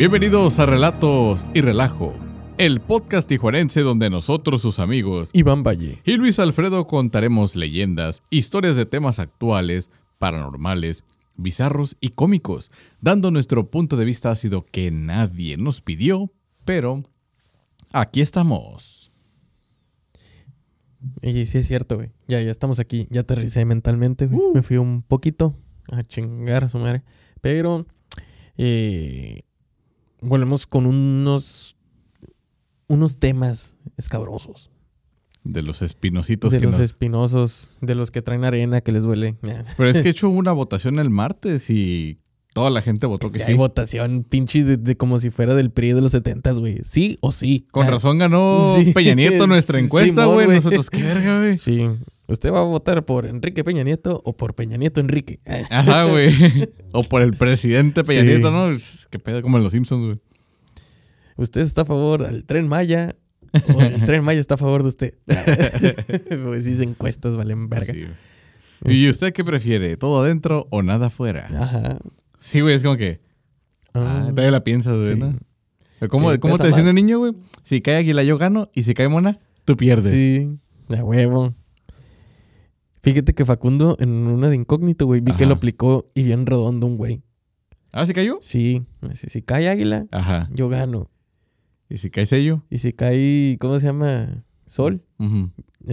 Bienvenidos a Relatos y Relajo, el podcast tijuanense donde nosotros, sus amigos Iván Valle y Luis Alfredo contaremos leyendas, historias de temas actuales, paranormales, bizarros y cómicos, dando nuestro punto de vista ácido que nadie nos pidió, pero aquí estamos. Y sí es cierto, güey. Ya estamos aquí. Ya aterricé mentalmente, güey. Me fui un poquito a chingar a su madre. Pero volvemos con unos temas escabrosos. De los espinosito. De los espinosos, de los que traen arena que les duele. Pero es que he hecho una votación el martes y toda la gente votó que Ya sí. hay votación pinche de como si fuera del PRI de los 70s, güey. ¿Sí o sí? Con razón ganó Sí. Peña Nieto nuestra encuesta, Simón, güey. güey. Nosotros, qué verga, güey. Sí. ¿Usted va a votar por Enrique Peña Nieto o por Peña Nieto Enrique? Ajá, güey. O por el presidente Peña Sí. Nieto, ¿no? Qué pedo, como en los Simpsons, güey. ¿Usted está a favor del Tren Maya o el Tren Maya está a favor de usted? Pues sí, encuestas valen verga. Sí, güey. ¿Y usted qué prefiere? ¿Todo adentro o nada afuera? Ajá. Sí, güey, es como que... todavía la piensas, güey, sí. ¿no? ¿Cómo ¿Qué te pesa decía más? de niño, güey? Si cae águila yo gano y si cae mona, tú pierdes. Sí, de huevo. Fíjate que Facundo en una de incógnito, güey, vi que Ajá. lo aplicó y bien redondo un güey. ¿Ah, si cayó? Sí, si cae águila, Ajá. yo gano. ¿Y si cae sello? Y si cae, ¿cómo se llama? Sol, Ujú.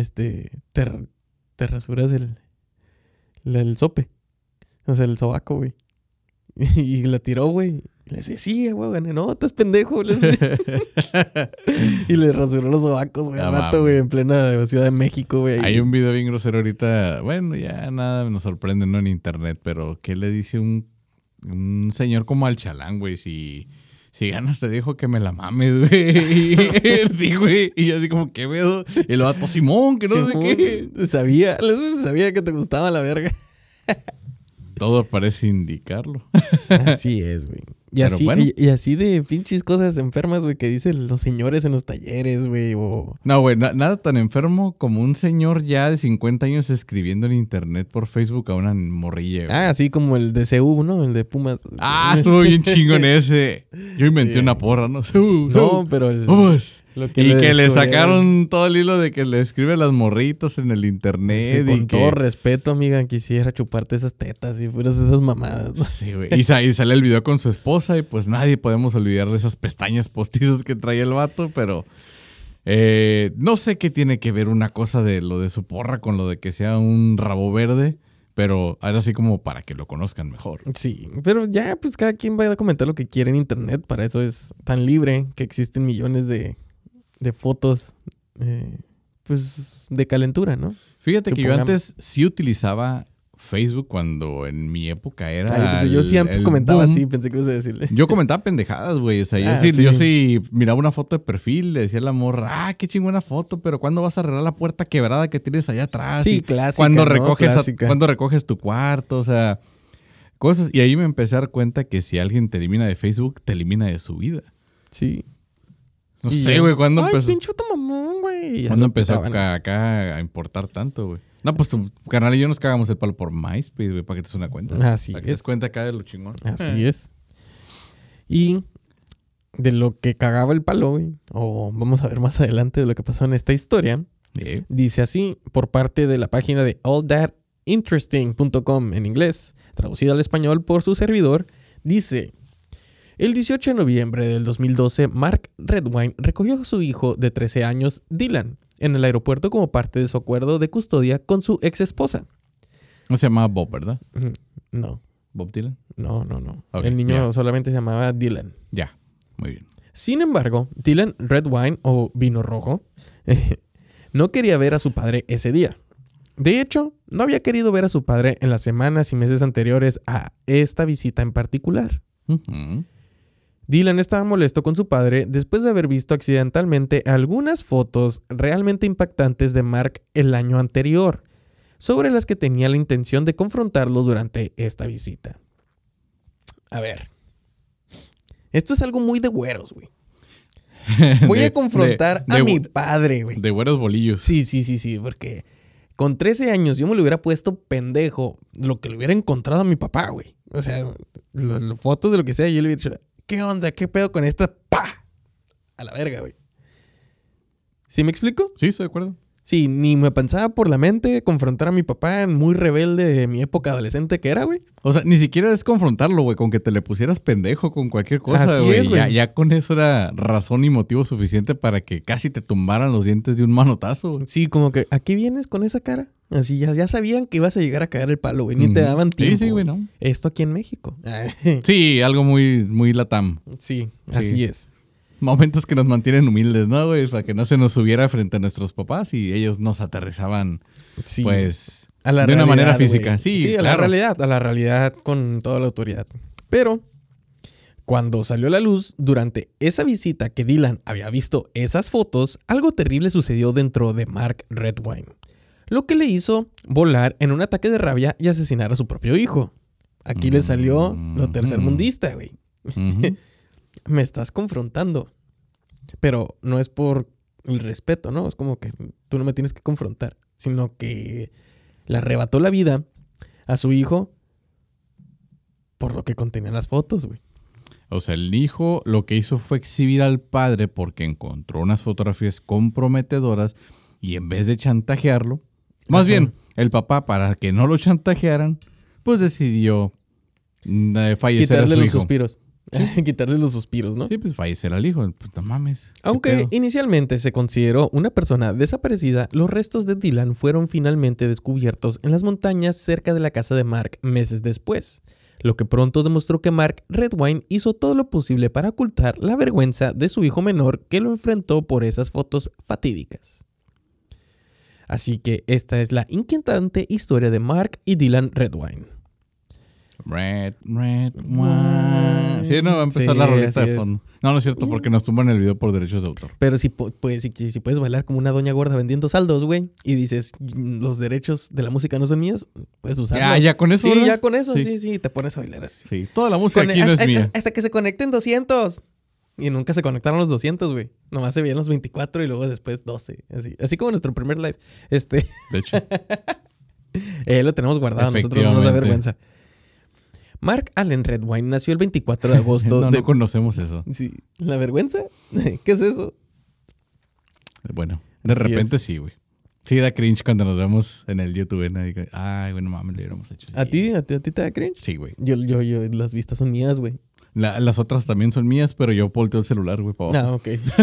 te rasuras el sope. O sea, el sobaco, güey. Y la tiró, güey. Y le decía, sí, güey, gané. No, estás pendejo. Le decía. Y le rasuró los sobacos, güey. No Al vato, mames. güey, en plena Ciudad de México, güey. Hay un video bien grosero ahorita. Bueno, ya nada nos sorprende, ¿no? En internet. Pero ¿qué le dice un señor como al chalán, güey? Si ganas te dijo que me la mames, güey. Sí, güey. Y yo así como, ¿qué pedo? Y el vato, Simón, que no sé Simón, qué. sabía que te gustaba la verga. Todo parece indicarlo. Así es, güey. Y Pero así, bueno. y así de pinches cosas enfermas, güey, que dicen los señores en los talleres, güey, o... No, güey, nada tan enfermo como un señor ya de 50 años escribiendo en internet por Facebook a una morrilla, güey. así como el de CU, ¿no? El de Pumas. Estuvo bien chingón ese. Yo inventé Sí. una porra, ¿no? No, pero el... Vamos. Lo Y que le descubrieron. sacaron todo el hilo de que le escribe a las morritas en el Sí, internet. con y que... todo respeto, amiga, quisiera chuparte esas tetas y fueras esas mamadas, ¿no? Sí, güey. Y sale el video con su esposa y pues nadie podemos olvidar de esas pestañas postizas que traía el vato, pero... no sé qué tiene que ver una cosa de lo de su porra con lo de que sea un rabo verde, pero era así como para que lo conozcan mejor. Sí, pero ya, pues cada quien va a comentar lo que quiere en internet. Para eso es tan libre que existen millones de fotos, pues, de calentura, ¿no? Fíjate que yo Supongamos. antes sí utilizaba Facebook cuando en mi época era. Ay, pensé, yo sí antes el comentaba boom. así, pensé que ibas a decirle. Yo comentaba pendejadas, güey. O sea, Ah, yo sí. sí miraba una foto de perfil, le decía a la morra, qué chingona foto, pero ¿cuándo vas a arreglar la puerta quebrada que tienes allá atrás? Sí, Y clásica, ¿Cuándo ¿no? recoges, Clásica. ¿Cuándo recoges tu cuarto? O sea, cosas. Y ahí me empecé a dar cuenta que si alguien te elimina de Facebook, te elimina de su vida. Sí. No Y sé, ya. güey, ¿cuándo Ay, empezó? pinchuto mamón, güey. Y ya ¿Cuándo lo empezó quitaban. acá a importar tanto, güey? No, pues tu canal y yo nos cagamos el palo por MySpace, güey, para que te des una cuenta. Así Para que te des es. cuenta acá de lo chingón. Así es. Y de lo que cagaba el palo, güey, o vamos a ver más adelante de lo que pasó en esta historia, Sí. dice así por parte de la página de allthatinteresting.com en inglés, traducida al español por su servidor, dice: el 18 de noviembre del 2012, Mark Redwine recogió a su hijo de 13 años, Dylan, en el aeropuerto como parte de su acuerdo de custodia con su ex esposa. No se llamaba Bob, ¿verdad? No, Bob Dylan. no. Ok, El niño ya. solamente se llamaba Dylan. Ya, muy bien. Sin embargo, Dylan Redwine, o Vino Rojo, no quería ver a su padre ese día. De hecho, no había querido ver a su padre en las semanas y meses anteriores a esta visita en particular. Ujú. Dylan estaba molesto con su padre después de haber visto accidentalmente algunas fotos realmente impactantes de Mark el año anterior, sobre las que tenía la intención de confrontarlo durante esta visita. A ver, esto es algo muy de güeros, güey. Voy a confrontar a mi padre, güey. De güeros bolillos. Sí, porque con 13 años yo me lo hubiera puesto pendejo lo que le hubiera encontrado a mi papá, güey. O sea, fotos de lo que sea, yo le hubiera dicho, ¿qué onda? ¿Qué pedo con esta? ¡Pah! A la verga, güey. ¿Sí me explico? Sí, estoy de acuerdo. Sí, ni me pensaba por la mente confrontar a mi papá muy rebelde de mi época adolescente que era, güey. O sea, ni siquiera es confrontarlo, güey, con que te le pusieras pendejo con cualquier cosa, Así güey. es, güey. Ya con eso era razón y motivo suficiente para que casi te tumbaran los dientes de un manotazo, güey. Sí, como que, ¿a qué vienes con esa cara? Así ya sabían que ibas a llegar a caer el palo, güey. Ni te daban tiempo. Sí, güey, ¿no? Esto aquí en México. Sí, algo muy, muy latam. Sí, así es. Momentos que nos mantienen humildes, ¿no, güey? Para que no se nos subiera frente a nuestros papás y ellos nos aterrizaban, Sí. pues, A la de una realidad, manera güey. física. Sí, a claro. la realidad con toda la autoridad. Pero cuando salió a la luz, durante esa visita que Dylan había visto esas fotos, algo terrible sucedió dentro de Mark Redwine, lo que le hizo volar en un ataque de rabia y asesinar a su propio hijo. Aquí le salió lo tercermundista, güey. Ujú. Me estás confrontando. Pero no es por el respeto, ¿no? Es como que tú no me tienes que confrontar, sino que le arrebató la vida a su hijo por lo que contenían las fotos, güey. O sea, el hijo lo que hizo fue exhibir al padre porque encontró unas fotografías comprometedoras y en vez de chantajearlo, más bien, el papá, para que no lo chantajearan, pues decidió fallecer a Quitarle su los hijo. suspiros. Quitarle los suspiros, ¿no? Sí, pues fallecer al hijo. Pues no mames. ¿qué Aunque pedo? inicialmente se consideró una persona desaparecida, los restos de Dylan fueron finalmente descubiertos en las montañas cerca de la casa de Mark meses después, lo que pronto demostró que Mark Redwine hizo todo lo posible para ocultar la vergüenza de su hijo menor que lo enfrentó por esas fotos fatídicas. Así que esta es la inquietante historia de Mark y Dylan Redwine. Red, wine. Sí, no, va a empezar la rolita así de fondo. No, no es cierto, porque nos tumban el video por derechos de autor. Pero si puedes bailar como una doña gorda vendiendo saldos, güey, y dices, los derechos de la música no son míos, puedes usarlo. Ya con eso, Sí, ¿verdad? ya con eso, Sí. sí, te pones a bailar así. Sí, toda la música aquí no es mía. Hasta que se conecten 200. Y nunca se conectaron los 200, güey. Nomás se veían los 24 y luego después 12. Así como nuestro primer live. De hecho, Lo tenemos guardado, nosotros no nos da Efectivamente. vergüenza. Mark Allen Redwine nació el 24 de agosto no conocemos eso. Sí, ¿la vergüenza? ¿Qué es eso? Bueno, de Así repente es. sí, güey. Sí, da cringe cuando nos vemos en el YouTube. ¿No? Ay, bueno, mames, lo hubiéramos hecho. ¿A ti te da cringe? Sí, güey. Yo, las vistas son mías, güey. Las otras también son mías, pero yo volteo el celular, güey, para abajo. Ah, ok.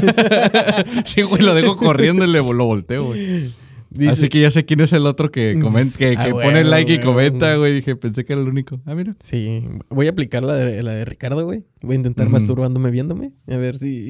Sí, güey, lo dejo corriendo y lo volteo, güey. Así que ya sé quién es el otro que comenta, que Ah, pone bueno, like y bueno. comenta, güey. Dije, pensé que era el único. Ah, mira. Sí, voy a aplicar la de Ricardo, güey. Voy a intentar Ujú. masturbándome viéndome. A ver si...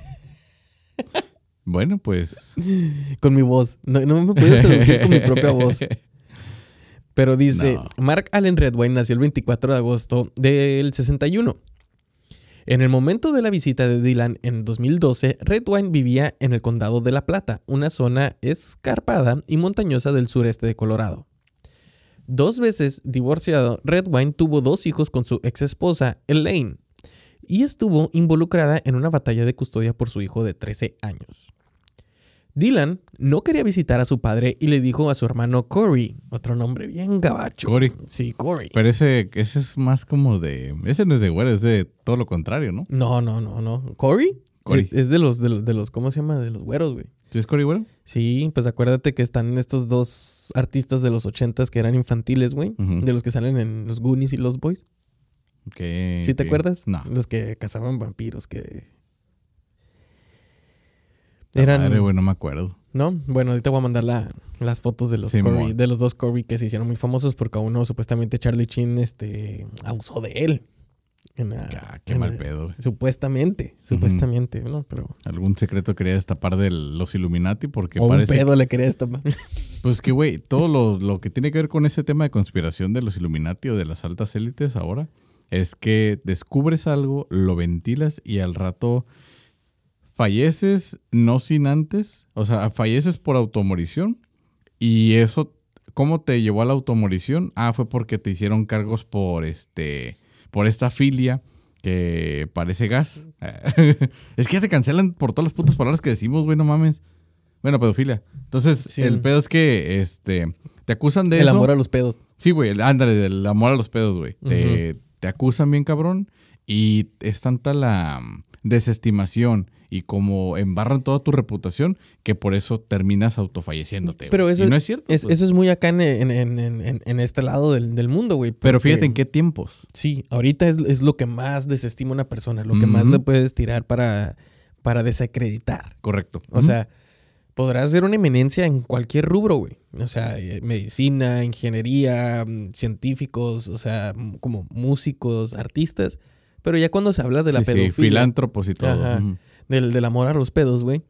Bueno, pues. con mi voz. No me puedo seducir con mi propia voz. Pero dice, No. Mark Allen Redwine nació el 24 de agosto del 61. En el momento de la visita de Dylan en 2012, Redwine vivía en el condado de La Plata, una zona escarpada y montañosa del sureste de Colorado. 2 veces divorciado, Redwine tuvo 2 hijos con su ex esposa, Elaine, y estuvo involucrada en una batalla de custodia por su hijo de 13 años. Dylan no quería visitar a su padre y le dijo a su hermano Corey, otro nombre bien gabacho. Corey. Sí, Corey. Pero ese es más como de. Ese no es de güero, es de todo lo contrario, ¿no? No. ¿Corey? Corey. Es de los, ¿cómo se llama? De los güeros, güey. ¿Sí es Corey güero? Sí, pues acuérdate que están estos 2 artistas de los 80s que eran infantiles, güey. Ujú. De los que salen en los Goonies y los Boys. Okay, ¿Sí te ok. acuerdas? No. Los que cazaban vampiros, que... La Eran... madre, güey, no me acuerdo. ¿No? Bueno, ahorita voy a mandar las fotos de los Simón. Corey, de los 2 Corey que se hicieron muy famosos porque a uno supuestamente Charlie Sheen abusó de él. Qué mal pedo, güey. Supuestamente, ¿no? Pero... Algún secreto quería destapar de los Illuminati porque O un parece. pedo le quería destapar. Pues que, güey, todo lo que tiene que ver con ese tema de conspiración de los Illuminati o de las altas élites ahora es que descubres algo, lo ventilas y al rato falleces no sin antes, o sea, falleces por automorición y eso, ¿cómo te llevó a la automorición? Ah, fue porque te hicieron cargos por esta filia que parece gas. Es que ya te cancelan por todas las putas palabras que decimos, güey, no mames. Bueno, pedofilia. Entonces, Sí. el pedo es que te acusan de El eso. amor a los pedos. Sí, güey, ándale, del amor a los pedos, güey. Te acusan bien cabrón Y es tanta la desestimación y como embarran toda tu reputación que por eso terminas autofalleciéndote. Pero güey. eso y no es cierto. Eso es muy acá en este lado del mundo, güey. Pero fíjate en qué tiempos. Sí, ahorita es lo que más desestima una persona, lo que más le puedes tirar para desacreditar. Correcto. O sea, podrás ser una eminencia en cualquier rubro, güey. O sea, medicina, ingeniería, científicos, o sea, como músicos, artistas. Pero ya cuando se habla de la pedofilia... Sí, filántropos y todo. Ajá, del amor a los pedos, güey.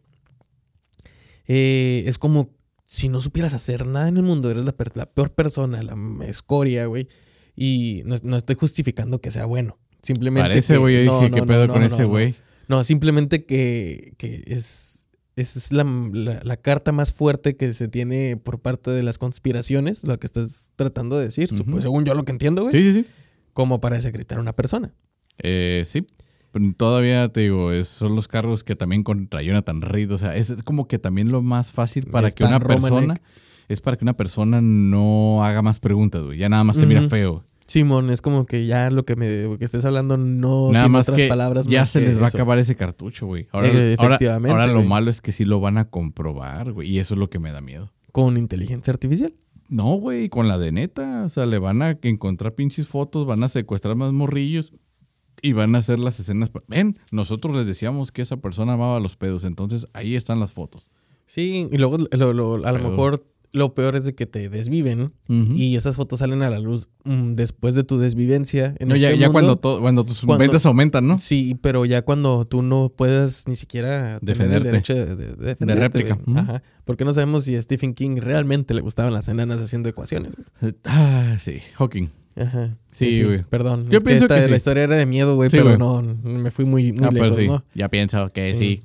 Es como si no supieras hacer nada en el mundo. Eres la peor persona, la escoria, güey. Y no estoy justificando que sea bueno. Simplemente parece, güey. Yo dije, ¿qué pedo con ese güey? No, simplemente que es la carta más fuerte que se tiene por parte de las conspiraciones, lo que estás tratando de decir, pues, según yo lo que entiendo, güey. Sí. Como para desacreditar a una persona. Sí. Pero todavía te digo, son los cargos que también contra Jonathan Reed. O sea, es como que también lo más fácil para que una persona... Es para que una persona no haga más preguntas, güey. Ya nada más te mira feo. Simón, es como que ya lo que estés hablando no nada tiene más otras que palabras ya más se que les va a eso. acabar ese cartucho, güey. Efectivamente. Ahora lo güey. malo es que sí lo van a comprobar, güey. Y eso es lo que me da miedo. Con inteligencia artificial. No, güey, con la de neta. O sea, le van a encontrar pinches fotos, van a secuestrar más morrillos y van a hacer las escenas. Ven, nosotros les decíamos que esa persona amaba los pedos, entonces ahí están las fotos. Sí, y luego a lo mejor lo peor es de que te desviven y esas fotos salen a la luz después de tu desvivencia. Ya cuando tus ventas aumentan, ¿no? Sí, pero ya cuando tú no puedes ni siquiera tener el derecho de defenderte. De réplica. Ajá. Porque no sabemos si a Stephen King realmente le gustaban las enanas haciendo ecuaciones. Sí, Hawking. Ajá. Sí, güey. Perdón. Yo pienso que la historia era de miedo, güey, sí, pero güey. no, me fui muy lejos, pero sí. ¿no? Ya pienso que sí.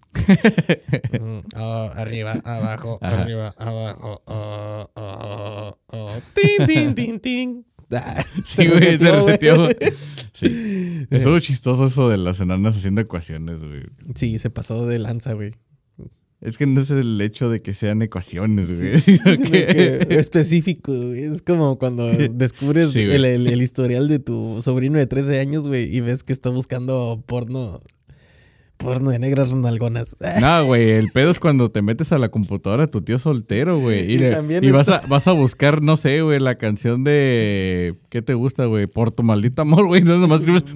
Arriba, abajo, Ajá. arriba, abajo. Tin, tin, tin, tin. Sí, güey, se reseteó. güey. Sí. Estuvo chistoso eso de las enanas haciendo ecuaciones, güey. Sí, se pasó de lanza, güey. Es que no es el hecho de que sean ecuaciones, güey. Específico, güey. Es como cuando descubres Sí, güey. el historial de tu sobrino de 13 años, güey, y ves que está buscando porno de negras nalgonas. No, güey, el pedo es cuando te metes a la computadora de tu tío soltero, güey. Y Vas a buscar, no sé, güey, la canción de... ¿Qué te gusta, güey? Por tu maldito amor, güey. No, nomás escribes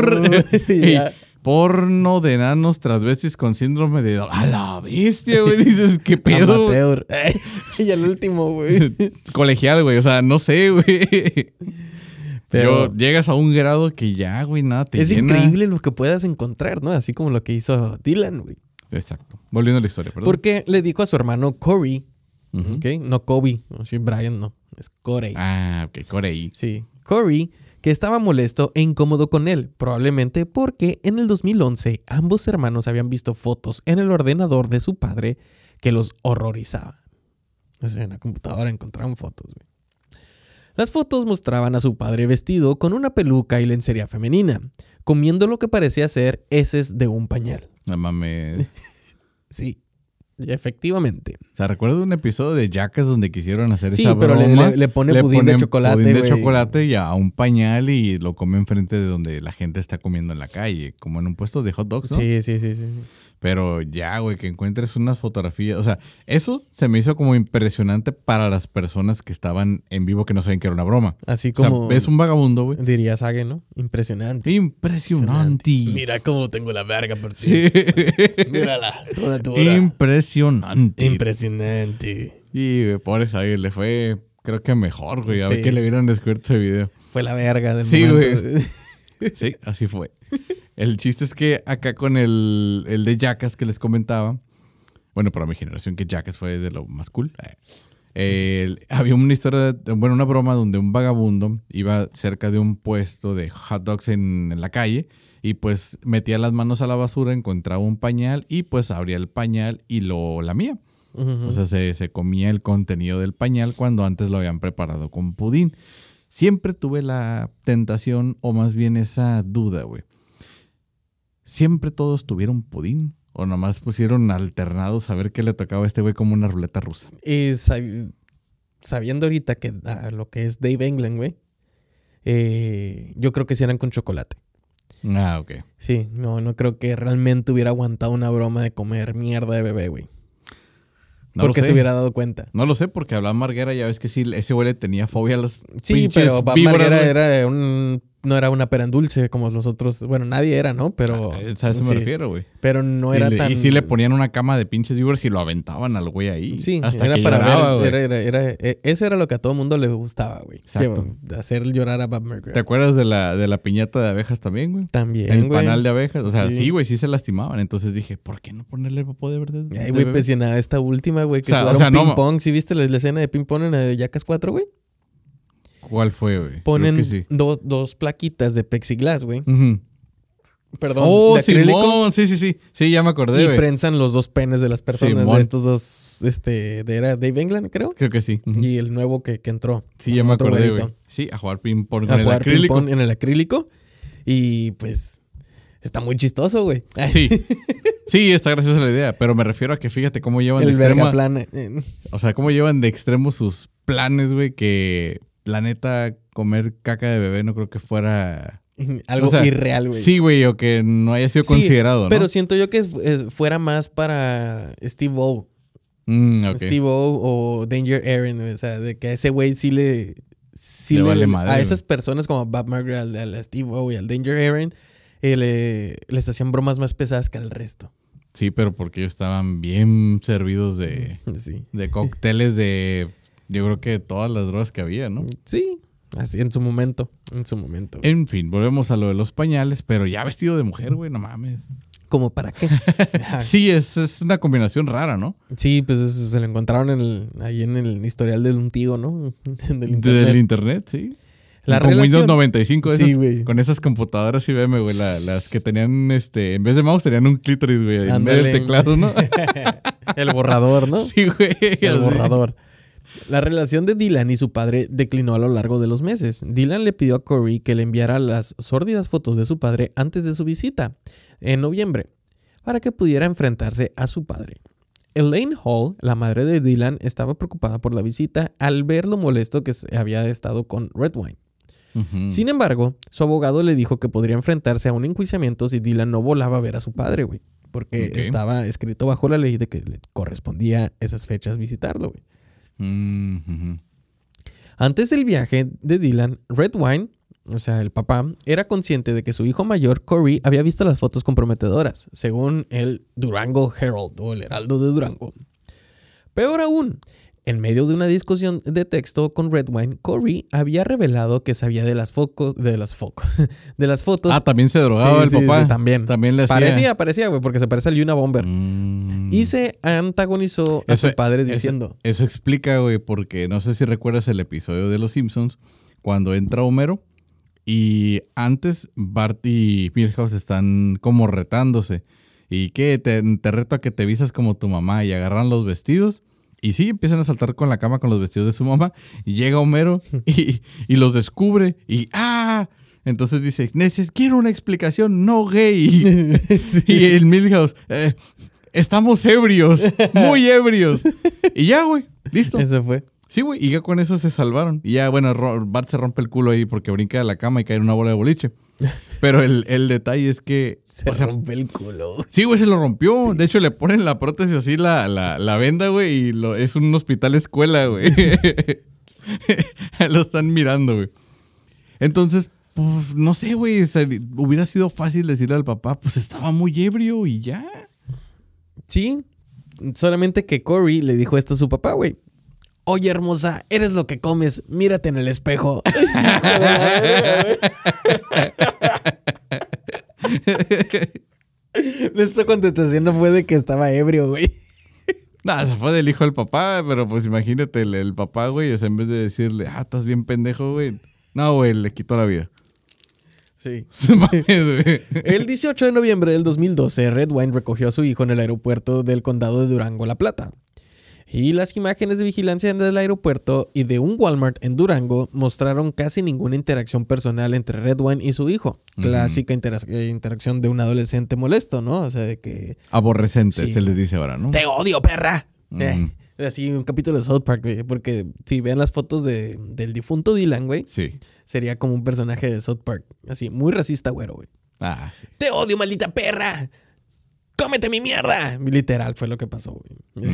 porno de enanos transvestis con síndrome de... ¡A la bestia, güey! Dices, ¿qué pedo? Amateur. Y el último, güey. Colegial, güey. O sea, no sé, güey. Pero llegas a un grado que ya, güey, nada te es llena. increíble lo que puedas encontrar, ¿no? Así como lo que hizo Dylan, güey. Exacto. Volviendo a la historia, perdón. Porque le dijo a su hermano Corey, ¿ok? No Kobe, sí, Brian no, es Corey. Ok, Corey. Sí, Corey, que estaba molesto e incómodo con él, probablemente porque en el 2011 ambos hermanos habían visto fotos en el ordenador de su padre que los horrorizaban. O sea, en la computadora encontraron fotos, güey. Las fotos mostraban a su padre vestido con una peluca y lencería femenina, comiendo lo que parecía ser heces de un pañal. No mames. Sí, efectivamente. O sea, recuerdo un episodio de Jackass donde quisieron hacer Sí, esa pero broma. le pone pudín de chocolate, pudín de güey. chocolate y a un pañal y lo come enfrente de donde la gente está comiendo en la calle, como en un puesto de hot dogs, ¿no? Sí. Pero ya, güey, que encuentres unas fotografías. O sea, eso se me hizo como impresionante para las personas que estaban en vivo que no sabían que era una broma. Así O sea, como ves un vagabundo, güey. diría Sage, ¿no? Impresionante. Impresionante. Mira cómo tengo la verga por ti. Sí. Mírala, toda dura. Impresionante. Impresionante. Y, güey, pobre Sage, le fue, creo que mejor, güey. A ver Sí. que le hubieran descubierto ese video. Fue la verga del Sí, momento. güey. Sí, así fue. El chiste es que acá con el de Jackass que les comentaba, bueno, para mi generación que Jackass fue de lo más cool, había una historia, una broma donde un vagabundo iba cerca de un puesto de hot dogs en la calle y pues metía las manos a la basura, encontraba un pañal y pues abría el pañal y lo lamía. Uh-huh. O sea, se comía el contenido del pañal cuando antes lo habían preparado con pudín. Siempre tuve la tentación, o más bien esa duda, güey. ¿Siempre todos tuvieron pudín? ¿O nomás pusieron alternados a ver qué le tocaba a este güey como una ruleta rusa? Sabiendo ahorita que lo que es Dave England, güey, yo creo que sí eran con chocolate. Ah, ok. Sí, no creo que realmente hubiera aguantado una broma de comer mierda de bebé, güey. No lo Porque sé. se hubiera dado cuenta. No lo sé, porque Abraham Marguera, ya ves que sí, ese güey le tenía fobia a las Sí, pinches pero Bob víboras, Margera güey. no era una pera en dulce como los otros. Bueno, nadie era, ¿no? Pero... A eso me refiero, güey. Pero no era tan... Y sí le ponían una cama de pinches víboras y lo aventaban al güey ahí. Sí, hasta era que para lloraba, güey. Eso era lo que a todo mundo le gustaba, güey. Exacto. Hacer llorar a Bob ¿Te Margera. acuerdas de la piñata de abejas también, güey? También, El güey. panal de abejas. O sea, Sí. sí, güey, sí se lastimaban. Entonces dije, ¿por qué no ponerle popó de verdad? Ay, güey, pues si nada, esta última, güey, que O sea, jugaron no, ping-pong. ¿Sí viste la escena de ping-pong en el Jackass 4, güey? ¿Cuál fue, güey? Ponen Creo que sí. dos plaquitas de plexiglas, güey. Ujú. Perdón, Oh, de acrílico. Simón. Sí. Sí, ya me acordé, Y güey. prensan los dos penes de las personas Simón. de estos dos, era Dave England, creo. Creo que sí. Ujú. Y el nuevo que entró. Sí, ya con me otro acordé, güerito. güey. Sí, a jugar ping-pong A con el jugar acrílico. ping-pong en el acrílico. Y pues está muy chistoso, güey. Sí. Sí, está graciosa la idea. Pero me refiero a que fíjate cómo llevan de El extremo. verga plana. O sea, cómo llevan de extremo sus planes, güey. Que la neta, comer caca de bebé no creo que fuera. Algo O sea, irreal, güey. Sí, güey, o que no haya sido Sí, considerado, ¿no? Pero siento yo que fuera más para Steve O. Ok. Steve O o Danger Aaron, güey. O sea, de que a ese güey sí le vale madre, a güey. esas personas como Bob Margaret, al Steve O y al Danger Aaron, les hacían bromas más pesadas que al resto. Sí, pero porque ellos estaban bien servidos Sí. de cócteles de. Yo creo que todas las drogas que había, ¿no? Sí, así en su momento. En fin, volvemos a lo de los pañales, pero ya vestido de mujer, güey, no mames. ¿Cómo para qué? Sí, es una combinación rara, ¿no? Sí, pues eso se lo encontraron ahí en el historial de un tío, ¿no? Del internet. Del internet, sí. La con relación- Windows 95, Sí, güey. con esas computadoras IBM, güey, las que tenían, en vez de mouse tenían un clítoris, güey, en medio del Ándale. teclado, ¿no? El borrador, ¿no? Sí, güey. El así. borrador. La relación de Dylan y su padre declinó a lo largo de los meses. Dylan le pidió a Corey que le enviara las sórdidas fotos de su padre antes de su visita, en noviembre, para que pudiera enfrentarse a su padre. Elaine Hall, la madre de Dylan, estaba preocupada por la visita al ver lo molesto que había estado con Redwine. Ujú. Sin embargo, su abogado le dijo que podría enfrentarse a un enjuiciamiento si Dylan no volaba a ver a su padre, güey. Porque Ok. estaba escrito bajo la ley de que le correspondía esas fechas visitarlo, güey. Ujú. Antes del viaje de Dylan, Redwine, o sea, el papá, era consciente de que su hijo mayor, Corey, había visto las fotos comprometedoras, según el Durango Herald o el Heraldo de Durango. Peor aún, en medio de una discusión de texto con Redwine, Corey había revelado que sabía de las fotos. Ah, también se drogaba el papá. Sí, también. También le hacía. Parecía, güey, porque se parece al Yuna Bomber. Y se antagonizó a su padre diciendo... Eso explica, güey, porque no sé si recuerdas el episodio de Los Simpsons, cuando entra Homero y antes Bart y Milhouse están como retándose. Y que te reto a que te vistas como tu mamá y agarran los vestidos. Y sí, empiezan a saltar con la cama con los vestidos de su mamá. Y llega Homero y los descubre y ¡ah! Entonces dice, quiero una explicación no gay. Y el Milhouse, estamos ebrios, muy ebrios. Y ya, güey, listo. Eso fue. Sí, güey, y ya con eso se salvaron. Y ya, bueno, Bart se rompe el culo ahí porque brinca de la cama y cae en una bola de boliche. Pero el detalle es que... Se o sea, rompe el culo. sí, güey, se lo rompió. Sí. De hecho, le ponen la prótesis así, la venda, güey, y es un hospital escuela, güey. Lo están mirando, güey. Entonces, pues, no sé, güey, o sea, hubiera sido fácil decirle al papá, pues estaba muy ebrio y ya. Sí, solamente que Corey le dijo esto a su papá, güey. Oye, hermosa, eres lo que comes, mírate en el espejo. Esta contestación no fue de que estaba ebrio, güey. No, se fue del hijo del papá, pero pues imagínate el papá, güey, o sea, en vez de decirle, estás bien pendejo, güey. No, güey, le quitó la vida. Sí. Mames, güey. El 18 de noviembre del 2012, Redwine recogió a su hijo en el aeropuerto del condado de Durango, La Plata. Y las imágenes de vigilancia del aeropuerto y de un Walmart en Durango mostraron casi ninguna interacción personal entre Redwine y su hijo. Clásica interacción de un adolescente molesto, ¿no? O sea, de que... Aborrecente, Sí. se les dice ahora, ¿no? ¡Te odio, perra! Ujú. Así, un capítulo de South Park, güey. Porque si ven las fotos del difunto Dylan, güey, Sí. sería como un personaje de South Park. Así, muy racista, güero, güey. Ah, sí. ¡Te odio, maldita perra! ¡Cómete mi mierda! Literal fue lo que pasó, güey.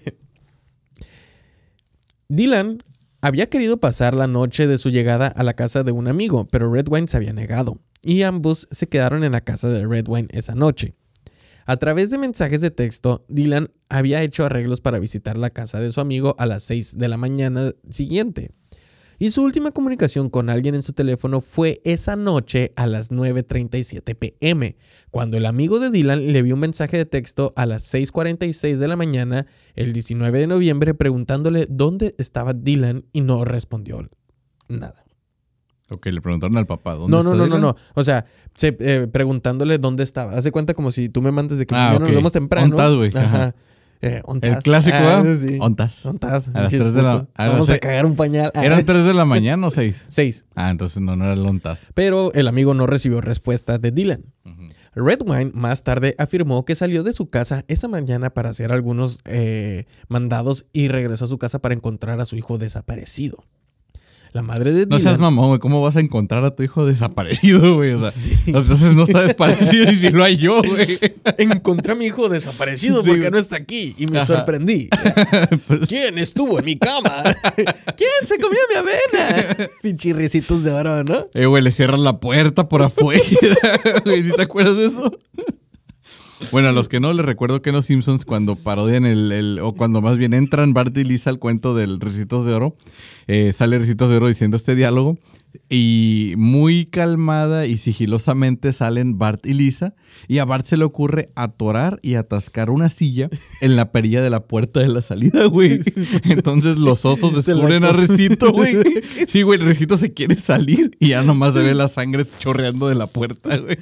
Dylan había querido pasar la noche de su llegada a la casa de un amigo, pero Redwine se había negado, y ambos se quedaron en la casa de Redwine esa noche. A través de mensajes de texto, Dylan había hecho arreglos para visitar la casa de su amigo a las 6 de la mañana siguiente. Y su última comunicación con alguien en su teléfono fue esa noche a las 9:37 p.m., cuando el amigo de Dylan le vio un mensaje de texto a las 6:46 de la mañana, el 19 de noviembre, preguntándole dónde estaba Dylan y no respondió nada. Ok, le preguntaron al papá, ¿dónde está Dylan? No. O sea, preguntándole dónde estaba. Hace cuenta como si tú me mandes de que mañana ok. nos vemos temprano. Ontas, güey. Ajá. El clásico, ¿verdad? Sí. Ontas. Ontas. A las 3 de la... Vamos a cagar un pañal. ¿Eran 3 de la mañana o 6? 6. Ah, entonces no era el ontas. Pero el amigo no recibió respuesta de Dylan. Uh-huh. Redwine más tarde afirmó que salió de su casa esa mañana para hacer algunos mandados y regresó a su casa para encontrar a su hijo desaparecido. La madre de Dylan... No seas mamón, güey. ¿Cómo vas a encontrar a tu hijo desaparecido, güey? O sea, Sí. entonces no está desaparecido y si lo hay yo, güey. Encontré a mi hijo desaparecido Sí, porque güey. no está aquí y me Ajá. sorprendí. Pues, ¿Quién estuvo en mi cama? ¿Quién se comió mi avena? Pinchirricitos de oro, ¿no? güey, le cierran la puerta por afuera, güey. ¿Sí te acuerdas de eso? Bueno, a los que no, les recuerdo que en Los Simpsons, cuando parodian o cuando más bien entran Bart y Lisa al cuento del Ricitos de Oro, sale Ricitos de Oro diciendo este diálogo y muy calmada y sigilosamente salen Bart y Lisa y a Bart se le ocurre atorar y atascar una silla en la perilla de la puerta de la salida, güey. Entonces los osos descubren a Recito, güey. Sí, güey, el Recito se quiere salir y ya nomás se ve la sangre chorreando de la puerta, güey.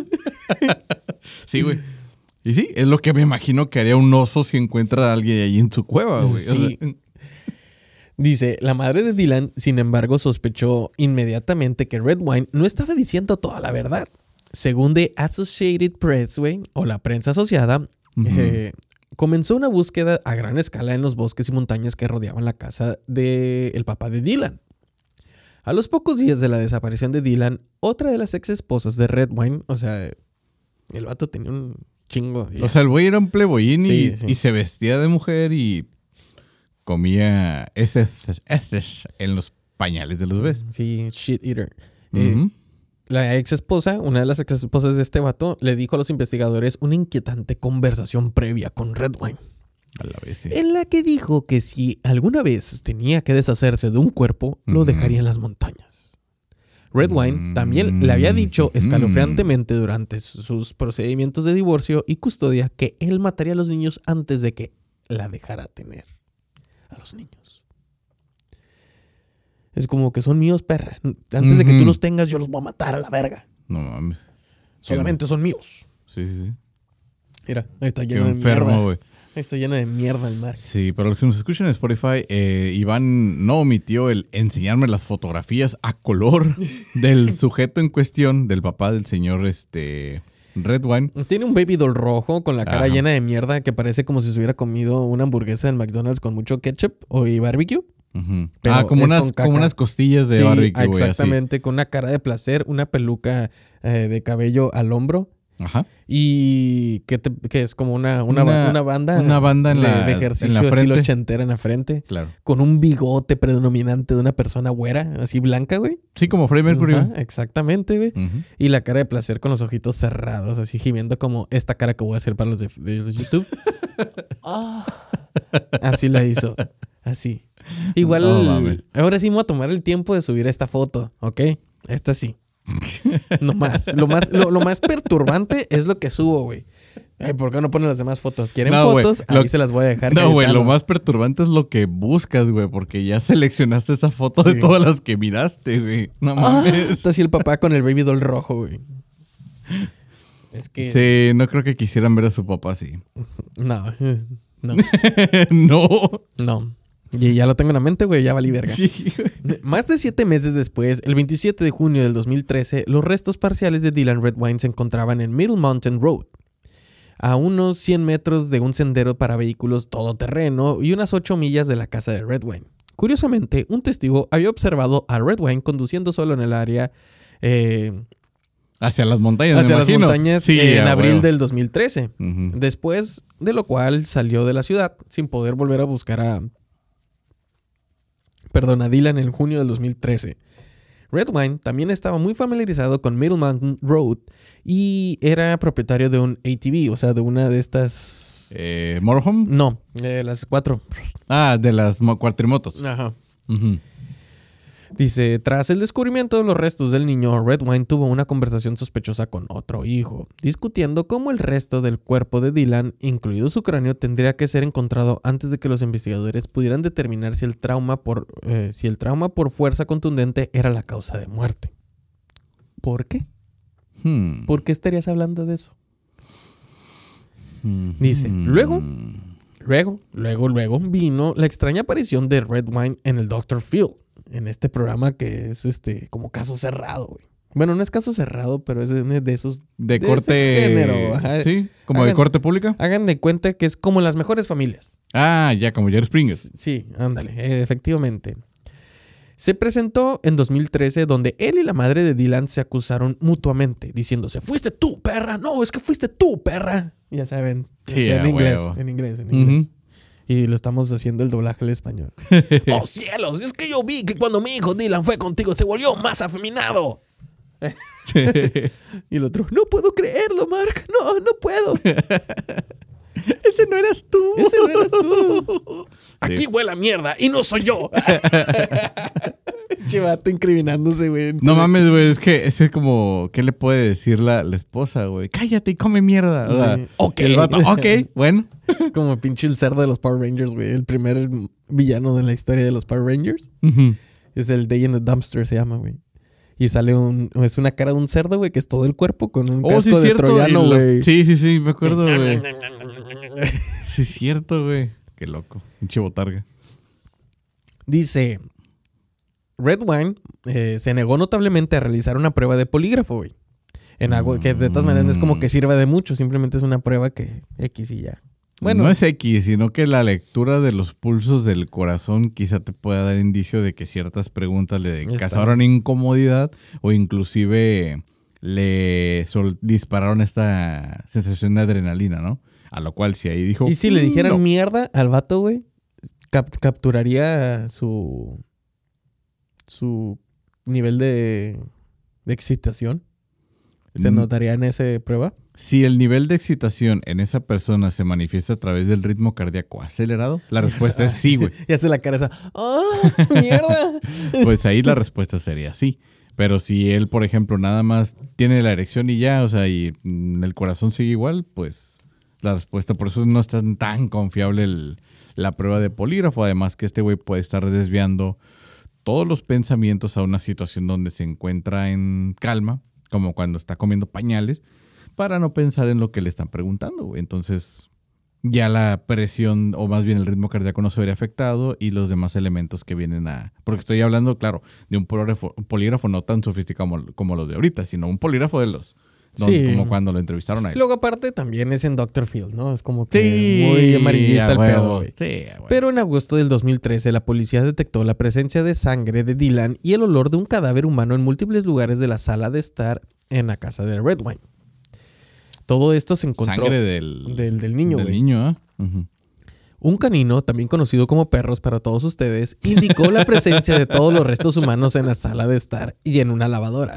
Sí, güey. Y sí, es lo que me imagino que haría un oso si encuentra a alguien ahí en su cueva, güey. Sí. O sea, Dice, la madre de Dylan, sin embargo, sospechó inmediatamente que Redwine no estaba diciendo toda la verdad. Según The Associated Press, güey, o la prensa asociada, comenzó una búsqueda a gran escala en los bosques y montañas que rodeaban la casa del papá de Dylan. A los pocos días de la desaparición de Dylan, otra de las ex esposas de Redwine, o sea, el vato tenía un chingo. o sea, el güey era un pleboyín Sí. y se vestía de mujer y comía ese en los pañales de los bebés. Sí, shit eater. Ujú. La ex esposa, una de las ex esposas de este vato, le dijo a los investigadores una inquietante conversación previa con Redwine, A la vez, sí. en la que dijo que si alguna vez tenía que deshacerse de un cuerpo, lo dejaría en las montañas. Redwine también le había dicho escalofriantemente durante sus procedimientos de divorcio y custodia que él mataría a los niños antes de que la dejara tener a los niños. Es como que son míos, perra. Antes de que tú los tengas, yo los voy a matar a la verga. No mames. Solamente son míos. Sí, sí, sí. Mira, ahí está Qué lleno de enfermo, mierda. güey. Ahí está lleno de mierda el mar. Sí, para los que nos escuchan en Spotify, Iván no omitió el enseñarme las fotografías a color del sujeto en cuestión, del papá del señor Redwine. Tiene un baby doll rojo con la cara Ajá. llena de mierda que parece como si se hubiera comido una hamburguesa del McDonald's con mucho ketchup y barbecue. Ujú. Pero Como es con caca. unas costillas de Sí, barbecue, güey, así. exactamente, con una cara de placer, una peluca de cabello al hombro Ajá. y que es como una banda. Una banda en de ejercicio en la estilo frente. ochentera en la frente. Claro. Con un bigote predominante de una persona güera, así blanca, güey. Sí, como Freddie Mercury. Ajá, exactamente, güey. Ujú. Y la cara de placer con los ojitos cerrados, así gimiendo como esta cara que voy a hacer para los de YouTube. Ah. Así la hizo. Así. Igual, No mames. ahora sí me voy a tomar el tiempo de subir esta foto, ¿ok? Esta sí. No más. Lo más perturbante es lo que subo, güey. Ay, ¿por qué no ponen las demás fotos? ¿Quieren No, güey, fotos? Ahí se las voy a dejar. No, güey, Cayetano. lo más perturbante es lo que buscas, güey, porque ya seleccionaste esa foto de Sí. todas las que miraste, güey. No Ah, mames. está así el papá con el baby doll rojo, güey. Es que... Sí, no creo que quisieran ver a su papá así. No. No. No. No. Y ya lo tengo en la mente, güey. Ya valí verga. Sí, güey. Más de 7 meses después, el 27 de junio del 2013, los restos parciales de Dylan Redwine se encontraban en Middle Mountain Road, a unos 100 metros de un sendero para vehículos todoterreno y unas 8 millas de la casa de Redwine. Curiosamente, un testigo había observado a Redwine conduciendo solo en el área Hacia las montañas, hacia me las imagino. montañas Sí, en a abril huevo. del 2013. Ujú. Después de lo cual salió de la ciudad sin poder volver a buscar a Dylan en junio del 2013. Redwine también estaba muy familiarizado con Middle Mountain Road y era propietario de un ATV, o sea, de una de estas... ¿Motorhome? No, las 4. Ah, de las cuatrimotos. Ajá. Ujú. Dice, tras el descubrimiento de los restos del niño, Redwine tuvo una conversación sospechosa con otro hijo, discutiendo cómo el resto del cuerpo de Dylan, incluido su cráneo, tendría que ser encontrado antes de que los investigadores pudieran determinar si el trauma por fuerza contundente era la causa de muerte. ¿Por qué? ¿Por qué estarías hablando de eso? Dice, luego vino la extraña aparición de Redwine en el Dr. Phil. En este programa que es como caso cerrado, güey. Bueno, no es caso cerrado, pero es de esos... De de corte... ese género, ajá. Sí, como de corte pública. Hagan de cuenta que es como las mejores familias. Ah, ya, como Jerry Springer. Sí, ándale, efectivamente. Se presentó en 2013 donde él y la madre de Dylan se acusaron mutuamente, diciéndose, fuiste tú, perra, no, es que fuiste tú, perra. Ya saben, Sí, o sea, a en inglés. Ujú. Y lo estamos haciendo el doblaje al español. ¡Oh, cielos! Es que yo vi que cuando mi hijo Dylan fue contigo se volvió más afeminado. Y el otro, no puedo creerlo, Mark. No puedo. Ese no eras tú. Ese no eras tú. Aquí huele a mierda y no soy yo. Chivato incriminándose, güey. No mames, güey, es que ese es como... ¿Qué le puede decir la esposa, güey? Cállate y come mierda. O sea, Sí. Ok. el vato, ok, bueno. Como pinche el cerdo de los Power Rangers, güey. El primer villano de la historia de los Power Rangers. Ujú. Es el Day in the Dumpster, se llama, güey. Y sale es una cara de un cerdo, güey, que es todo el cuerpo con un casco de cierto. troyano, güey. Sí, me acuerdo, güey. Sí, es cierto, güey. Qué loco. Pinche botarga. Dice, Redwine se negó notablemente a realizar una prueba de polígrafo, güey. En algo que de todas maneras no es como que sirva de mucho, simplemente es una prueba que X y ya. Bueno, No es X, sino que la lectura de los pulsos del corazón quizá te pueda dar indicio de que ciertas preguntas le causaron incomodidad o inclusive le dispararon esta sensación de adrenalina, ¿no? A lo cual si ahí dijo... y si le dijeran no. mierda al vato, güey, capturaría su nivel de excitación. ¿Se notaría en esa prueba? Si el nivel de excitación en esa persona se manifiesta a través del ritmo cardíaco acelerado, la respuesta es sí, güey. Y hace la cara esa, ¡ah, mierda! Pues ahí la respuesta sería sí. Pero si él, por ejemplo, nada más tiene la erección y ya, o sea, y el corazón sigue igual, pues la respuesta, por eso no es tan confiable la prueba de polígrafo. Además que este güey puede estar desviando todos los pensamientos a una situación donde se encuentra en calma, como cuando está comiendo pañales, para no pensar en lo que le están preguntando, güey. Entonces, ya la presión, o más bien el ritmo cardíaco no se vería afectado y los demás elementos que vienen a... Porque estoy hablando, claro, de un polígrafo no tan sofisticado como los de ahorita, sino un polígrafo de los... Sí. Como cuando lo entrevistaron a él. Luego aparte también es en Dr. Phil, ¿no? Es como que muy amarillista el pedo, güey. Sí, Pero en agosto del 2013 la policía detectó la presencia de sangre de Dylan y el olor de un cadáver humano en múltiples lugares de la sala de estar en la casa de Redwine. Todo esto se encontró... Sangre del niño, güey. Del niño, ¿eh? Uh-huh. Un canino, también conocido como perros para todos ustedes, indicó la presencia de todos los restos humanos en la sala de estar y en una lavadora.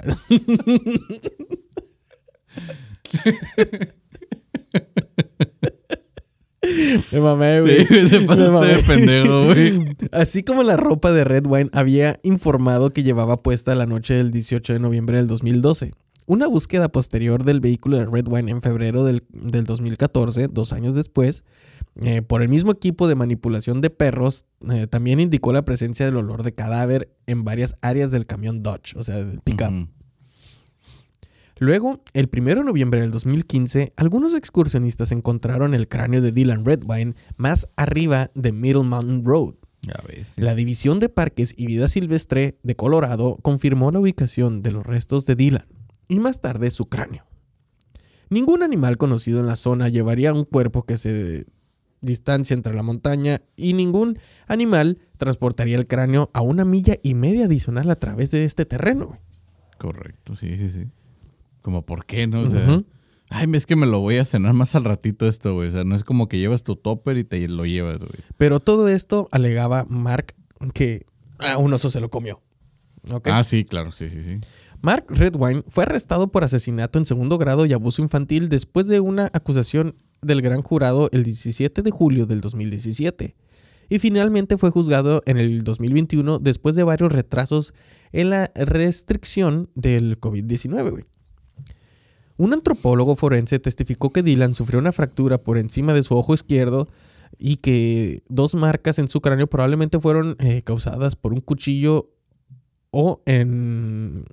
Me mamé, güey. Te pasaste de pendejo, güey. Así como la ropa de Redwine había informado que llevaba puesta la noche del 18 de noviembre del 2012. Una búsqueda posterior del vehículo de Redwine en febrero del 2014, 2 años después, por el mismo equipo de manipulación de perros, también indicó la presencia del olor de cadáver en varias áreas del camión Dodge, o sea, del pickup. Uh-huh. Luego, el 1 de noviembre del 2015, algunos excursionistas encontraron el cráneo de Dylan Redwine más arriba de Middle Mountain Road. Ya ves. Sí. La División de Parques y Vida Silvestre de Colorado confirmó la ubicación de los restos de Dylan y más tarde su cráneo. Ningún animal conocido en la zona llevaría un cuerpo que se distancia entre la montaña y ningún animal transportaría el cráneo a 1,5 millas adicional a través de este terreno. Correcto, sí. Como, ¿por qué, no? O sea, ay, es que me lo voy a cenar más al ratito esto, güey. O sea, no es como que llevas tu topper y te lo llevas, güey. Pero todo esto alegaba Mark que un oso se lo comió. ¿Okay? Ah, sí, claro, sí. Mark Redwine fue arrestado por asesinato en segundo grado y abuso infantil después de una acusación del gran jurado el 17 de julio del 2017. Y finalmente fue juzgado en el 2021 después de varios retrasos en la restricción del COVID-19, güey. Un antropólogo forense testificó que Dylan sufrió una fractura por encima de su ojo izquierdo y que 2 marcas en su cráneo probablemente fueron causadas por un cuchillo o en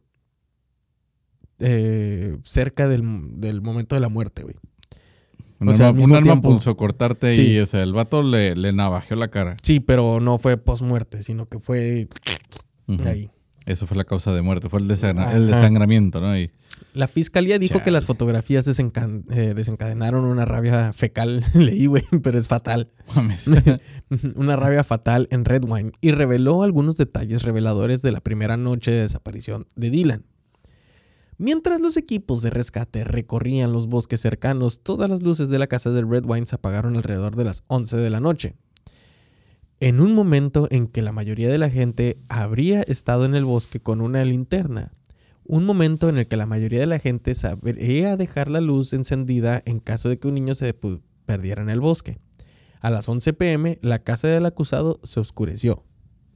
cerca del momento de la muerte, güey. Un arma punzocortarte y, o sea, el vato le navajeó la cara. Sí, pero no fue post-muerte, sino que fue ahí. Eso fue la causa de muerte, fue el desangramiento, ¿no? Y la fiscalía dijo que las fotografías desencadenaron una rabia fecal, leí, güey, pero es fatal. Una rabia fatal en Redwine y reveló algunos detalles reveladores de la primera noche de desaparición de Dylan. Mientras los equipos de rescate recorrían los bosques cercanos, todas las luces de la casa de Redwine se apagaron alrededor de las 11 de la noche. En un momento en que la mayoría de la gente habría estado en el bosque con una linterna. Un momento en el que la mayoría de la gente sabría dejar la luz encendida en caso de que un niño se perdiera en el bosque. A las 11 p.m., la casa del acusado se oscureció.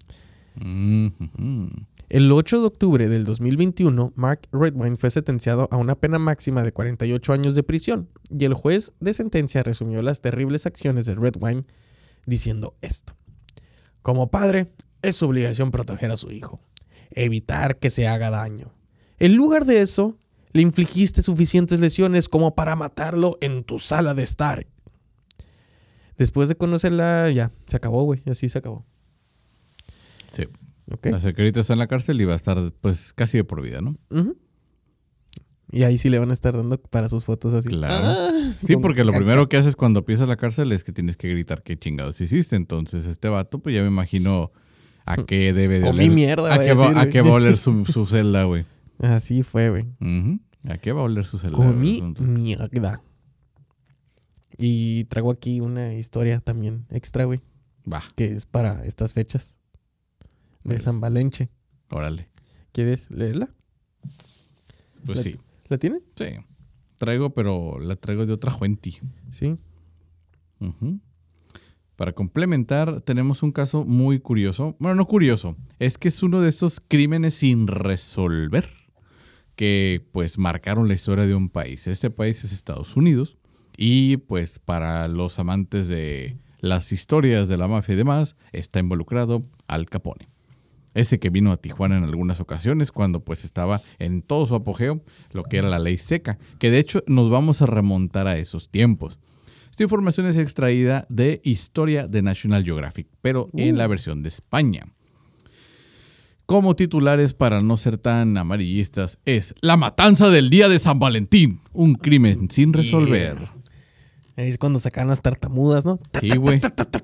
El 8 de octubre del 2021, Mark Redwine fue sentenciado a una pena máxima de 48 años de prisión, y el juez de sentencia resumió las terribles acciones de Redwine diciendo esto. Como padre, es su obligación proteger a su hijo, evitar que se haga daño. En lugar de eso, le infligiste suficientes lesiones como para matarlo en tu sala de estar. Después de conocerla, ya, se acabó, güey, así se acabó. Sí. Okay. La secreta está en la cárcel y va a estar, pues, casi de por vida, ¿no? Y ahí sí le van a estar dando para sus fotos así. Claro. Sí, porque lo primero que haces cuando pisas la cárcel es que tienes que gritar qué chingados hiciste. Entonces, este vato, pues ya me imagino a qué debe de oler. Mierda, a qué va a oler su celda, güey. Así fue, güey. ¿A qué va a oler su celda? Comí mierda. Y traigo aquí una historia también extra, güey. Va. Que es para estas fechas. De San Valenche. Órale. ¿Quieres leerla? Pues sí. ¿La tienes? Sí. Traigo, pero la traigo de otra fuente. Sí. Para complementar, tenemos un caso muy curioso. Bueno, no curioso. Es que es uno de esos crímenes sin resolver que, pues, marcaron la historia de un país. Este país es Estados Unidos. Y, pues, para los amantes de las historias de la mafia y demás, está involucrado Al Capone. Ese que vino a Tijuana en algunas ocasiones cuando pues estaba en todo su apogeo lo que era la ley seca, que de hecho nos vamos a remontar a esos tiempos. Esta información es extraída de Historia de National Geographic, pero en la versión de España. Como titulares, para no ser tan amarillistas, es La matanza del día de San Valentín, un crimen sin resolver. Ahí es cuando sacan las tartamudas, ¿no? Sí, güey.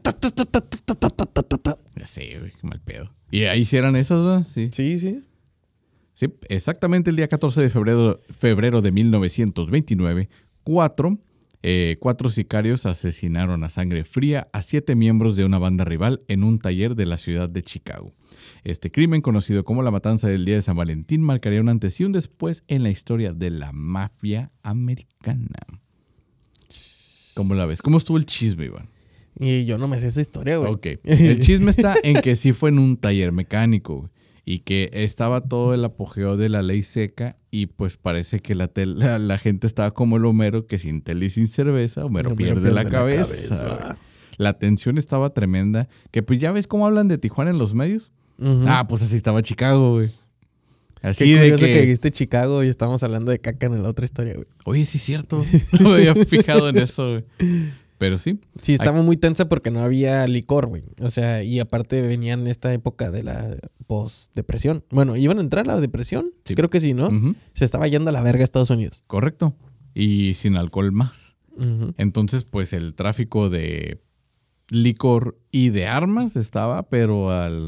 Ya sé, güey, qué mal pedo. ¿Y ahí sí eran esas, ¿no? Sí. Sí. Sí, exactamente el día 14 de febrero de 1929, cuatro sicarios asesinaron a sangre fría a 7 miembros de una banda rival en un taller de la ciudad de Chicago. Este crimen, conocido como la matanza del día de San Valentín, marcaría un antes y un después en la historia de la mafia americana. ¿Cómo la ves? ¿Cómo estuvo el chisme, Iván? Y yo no me sé esa historia, güey. Ok. El chisme está en que sí fue en un taller mecánico, güey, y que estaba todo el apogeo de la ley seca y pues parece que la gente estaba como el Homero, que sin tele y sin cerveza, Homero pierde la cabeza. La tensión estaba tremenda, que pues ya ves cómo hablan de Tijuana en los medios. Pues así estaba Chicago, güey. Así qué curioso de que dijiste Chicago y estábamos hablando de caca en la otra historia, güey. Oye, sí es cierto. No me había fijado en eso, güey. Pero sí. Sí, estaba muy tensa porque no había licor, güey. O sea, y aparte venían en esta época de la post-depresión. Bueno, ¿iban a entrar a la depresión? Sí. Creo que sí, ¿no? Se estaba yendo a la verga a Estados Unidos. Correcto. Y sin alcohol más. Entonces, pues el tráfico de licor y de armas estaba, pero al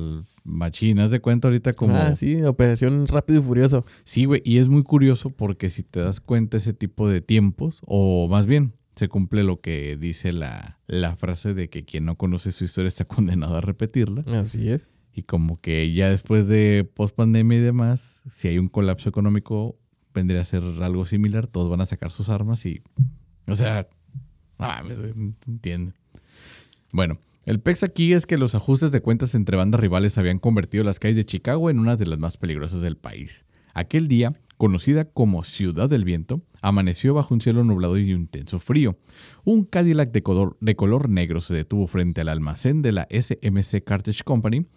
machinas de cuenta ahorita como... Ah, sí, Operación Rápido y Furioso. Sí, güey, y es muy curioso porque si te das cuenta ese tipo de tiempos, o más bien, se cumple lo que dice la frase de que quien no conoce su historia está condenado a repetirla. Así es. Y como que ya después de post-pandemia y demás, si hay un colapso económico, vendría a ser algo similar. Todos van a sacar sus armas y... O sea, no mames, entiende. Bueno, el pex aquí es que los ajustes de cuentas entre bandas rivales habían convertido las calles de Chicago en una de las más peligrosas del país. Aquel día, conocida como Ciudad del Viento, amaneció bajo un cielo nublado y un intenso frío. Un Cadillac de color negro se detuvo frente al almacén de la SMC Cartage Company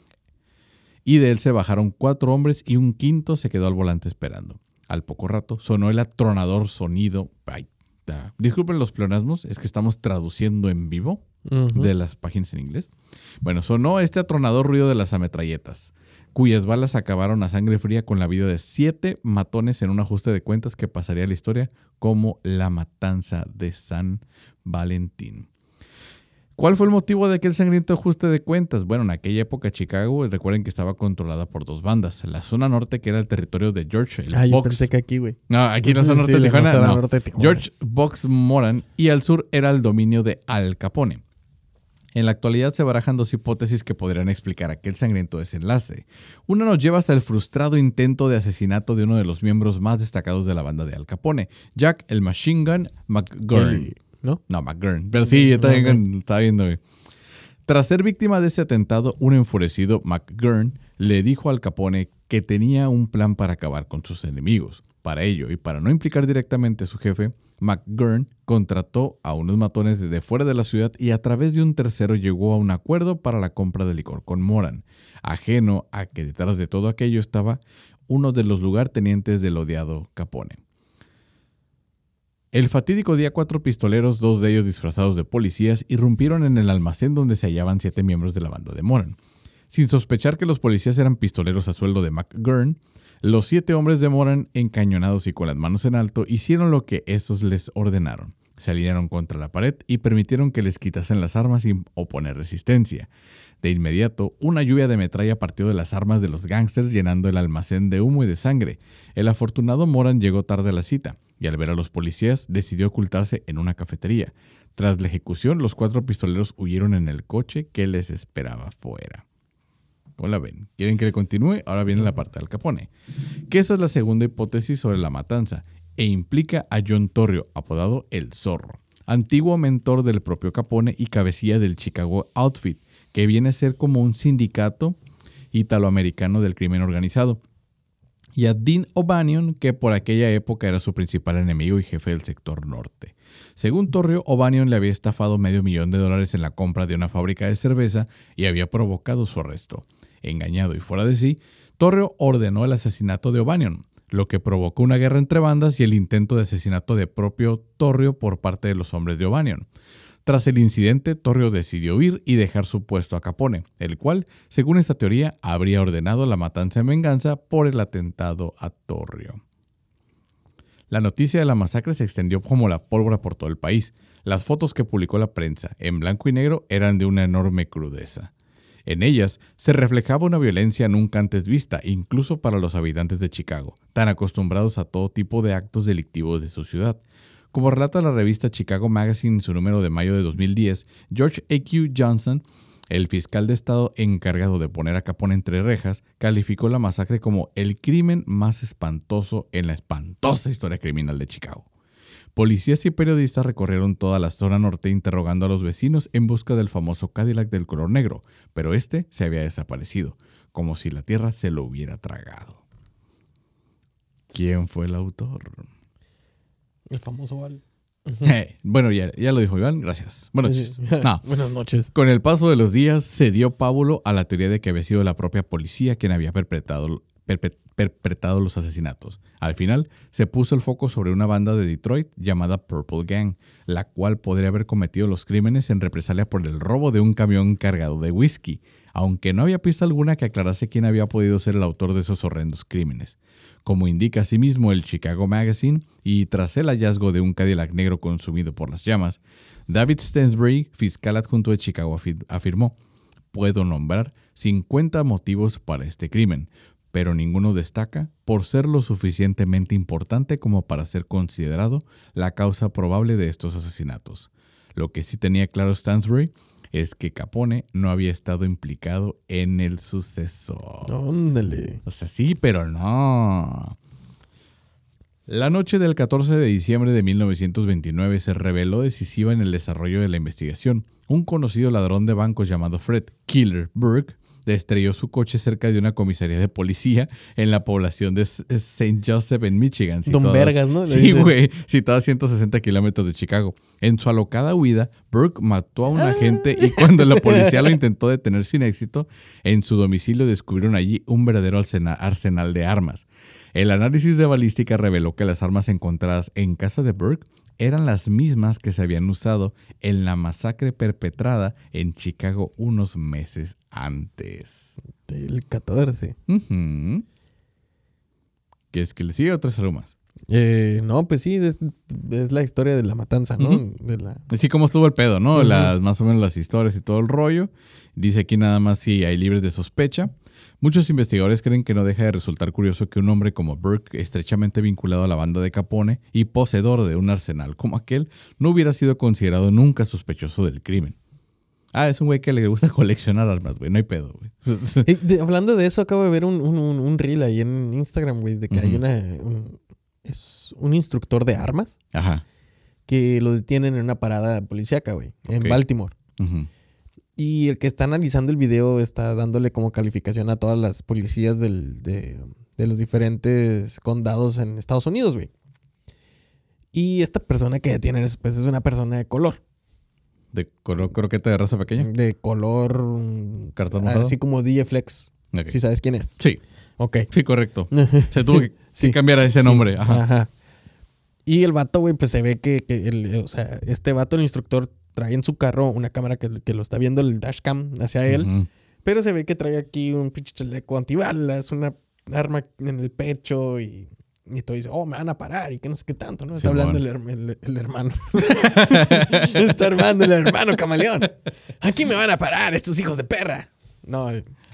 y de él se bajaron 4 hombres y un quinto se quedó al volante esperando. Al poco rato sonó el atronador sonido... Disculpen los pleonasmos, es que estamos traduciendo en vivo de las páginas en inglés. Bueno, sonó este atronador ruido de las ametralletas, cuyas balas acabaron a sangre fría con la vida de 7 matones en un ajuste de cuentas que pasaría a la historia como la matanza de San Valentín. ¿Cuál fue el motivo de aquel sangriento ajuste de cuentas? Bueno, en aquella época Chicago, recuerden que estaba controlada por 2 bandas. La zona norte, que era el territorio de George yo pensé que aquí, güey. No, aquí en la zona norte de Tijuana, no. George Box Moran, y al sur era el dominio de Al Capone. En la actualidad se barajan 2 hipótesis que podrían explicar aquel sangriento desenlace. Una nos lleva hasta el frustrado intento de asesinato de uno de los miembros más destacados de la banda de Al Capone, Jack el Machine Gun McGurn. ¿No? No, McGurn. Pero sí, yo también estaba viendo. Tras ser víctima de ese atentado, un enfurecido McGurn le dijo a Al Capone que tenía un plan para acabar con sus enemigos. Para ello, y para no implicar directamente a su jefe, McGurn contrató a unos matones de fuera de la ciudad y a través de un tercero llegó a un acuerdo para la compra de licor con Moran, ajeno a que detrás de todo aquello estaba uno de los lugartenientes del odiado Capone. El fatídico día 4 pistoleros, 2 de ellos disfrazados de policías, irrumpieron en el almacén donde se hallaban 7 miembros de la banda de Moran. Sin sospechar que los policías eran pistoleros a sueldo de McGurn, los 7 hombres de Moran, encañonados y con las manos en alto, hicieron lo que estos les ordenaron. Se alinearon contra la pared y permitieron que les quitasen las armas sin oponer resistencia. De inmediato, una lluvia de metralla partió de las armas de los gángsters llenando el almacén de humo y de sangre. El afortunado Moran llegó tarde a la cita y al ver a los policías decidió ocultarse en una cafetería. Tras la ejecución, los 4 pistoleros huyeron en el coche que les esperaba fuera. ¿Cómo la ven? ¿Quieren que le continúe? Ahora viene la parte del Capone. Que esa es la segunda hipótesis sobre la matanza e implica a John Torrio, apodado El Zorro, antiguo mentor del propio Capone y cabecilla del Chicago Outfit, que viene a ser como un sindicato italoamericano del crimen organizado, y a Dean O'Banion, que por aquella época era su principal enemigo y jefe del sector norte. Según Torrio, O'Banion le había estafado $500,000 en la compra de una fábrica de cerveza y había provocado su arresto. Engañado y fuera de sí, Torrio ordenó el asesinato de O'Banion, lo que provocó una guerra entre bandas y el intento de asesinato de propio Torrio por parte de los hombres de O'Banion. Tras el incidente, Torrio decidió huir y dejar su puesto a Capone, el cual, según esta teoría, habría ordenado la matanza en venganza por el atentado a Torrio. La noticia de la masacre se extendió como la pólvora por todo el país. Las fotos que publicó la prensa, en blanco y negro, eran de una enorme crudeza. En ellas se reflejaba una violencia nunca antes vista, incluso para los habitantes de Chicago, tan acostumbrados a todo tipo de actos delictivos de su ciudad. Como relata la revista Chicago Magazine en su número de mayo de 2010, George A.Q. Johnson, el fiscal de estado encargado de poner a Capone entre rejas, calificó la masacre como el crimen más espantoso en la espantosa historia criminal de Chicago. Policías y periodistas recorrieron toda la zona norte interrogando a los vecinos en busca del famoso Cadillac del color negro, pero este se había desaparecido, como si la tierra se lo hubiera tragado. ¿Quién fue el autor? El famoso Val. Bueno, ya lo dijo Iván, gracias. Buenas noches. No. Buenas noches. Con el paso de los días se dio pábulo a la teoría de que había sido la propia policía quien había perpetrado los asesinatos. Al final, se puso el foco sobre una banda de Detroit llamada Purple Gang, la cual podría haber cometido los crímenes en represalia por el robo de un camión cargado de whisky, aunque no había pista alguna que aclarase quién había podido ser el autor de esos horrendos crímenes. Como indica asimismo el Chicago Magazine, y tras el hallazgo de un Cadillac negro consumido por las llamas, David Stensbury, fiscal adjunto de Chicago, afirmó: puedo nombrar 50 motivos para este crimen, pero ninguno destaca por ser lo suficientemente importante como para ser considerado la causa probable de estos asesinatos. Lo que sí tenía claro Stansbury es que Capone no había estado implicado en el suceso. Óndale. O sea, sí, pero no. La noche del 14 de diciembre de 1929 se reveló decisiva en el desarrollo de la investigación. Un conocido ladrón de bancos llamado Fred Killer Burke estrelló su coche cerca de una comisaría de policía en la población de St. Joseph en Michigan. Don Vergas, ¿no? Sí, güey, situada a 160 kilómetros de Chicago. En su alocada huida, Burke mató a un agente y cuando la policía lo intentó detener sin éxito, en su domicilio descubrieron allí un verdadero arsenal de armas. El análisis de balística reveló que las armas encontradas en casa de Burke eran las mismas que se habían usado en la masacre perpetrada en Chicago unos meses antes. El 14. Uh-huh. ¿Qué es que le sigue o tres aromas? No, pues sí, es la historia de la matanza, ¿no? Uh-huh. Así como estuvo el pedo, ¿no? Uh-huh. Más o menos las historias y todo el rollo. Dice aquí nada más si hay libres de sospecha. Muchos investigadores creen que no deja de resultar curioso que un hombre como Burke, estrechamente vinculado a la banda de Capone y poseedor de un arsenal como aquel, no hubiera sido considerado nunca sospechoso del crimen. Es un güey que le gusta coleccionar armas, güey. No hay pedo, güey. Hablando de eso, acabo de ver un reel ahí en Instagram, güey, de que hay es un instructor de armas. Ajá. Que lo detienen en una parada policíaca, güey, en Baltimore. Uh-huh. Y el que está analizando el video está dándole como calificación a todas las policías de los diferentes condados en Estados Unidos, güey. Y esta persona que detienen pues, es una persona de color. ¿De color croqueta de raza pequeña? De color... ¿Cartón mojado? Así como DJ Flex. Okay. ¿Sí sabes quién es? Sí. Ok. Sí, correcto. Se tuvo que cambiar a ese nombre. Ajá. Ajá. Y el vato, güey, pues se ve que este vato, el instructor, trae en su carro una cámara que lo está viendo el dashcam hacia él. Uh-huh. Pero se ve que trae aquí un pinche chaleco antibalas, una arma en el pecho y todo dice, me van a parar y que no sé qué tanto, ¿no? Está hablando el hermano. Está armando el hermano camaleón. Aquí me van a parar estos hijos de perra. No.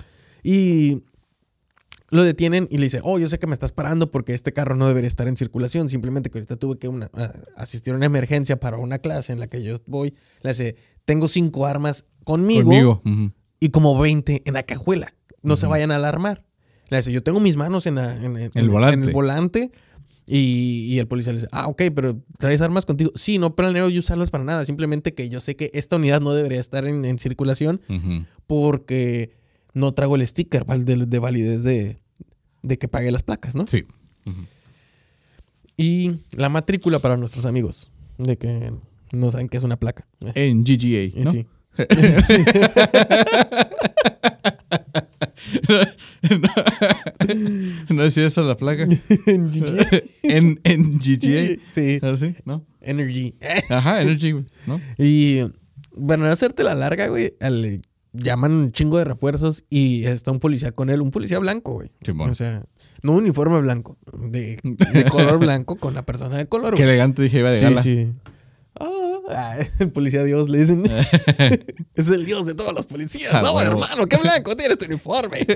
Y lo detienen y le dice, yo sé que me estás parando porque este carro no debería estar en circulación. Simplemente que ahorita tuve que asistir a una emergencia para una clase en la que yo voy. Le dice, tengo 5 armas conmigo. Uh-huh. Y como 20 en la cajuela. No se vayan a alarmar. Le dice, yo tengo mis manos en el volante. Y el policía le dice, ok, pero ¿traes armas contigo? Sí, no planeo yo usarlas para nada. Simplemente que yo sé que esta unidad no debería estar en circulación porque no traigo el sticker de validez de que pague las placas, ¿no? Sí. Y la matrícula para nuestros amigos, de que no saben qué es una placa. En GGA, ¿no? Sí. ¿No decía esa la placa? En GGA. ¿En GGA? Sí. ¿Ah, sí? ¿No? Energy. Ajá, Energy, güey, ¿no? Y bueno, hacerte la larga, güey, llaman un chingo de refuerzos y está un policía con él, un policía blanco, güey. Sí, bueno. O sea, no un uniforme blanco, de color blanco con la persona de color, güey. Qué elegante, dije, iba de gala. Sí. El policía Dios le dicen. Es el Dios de todos los policías. Hermano, qué blanco tienes tu uniforme.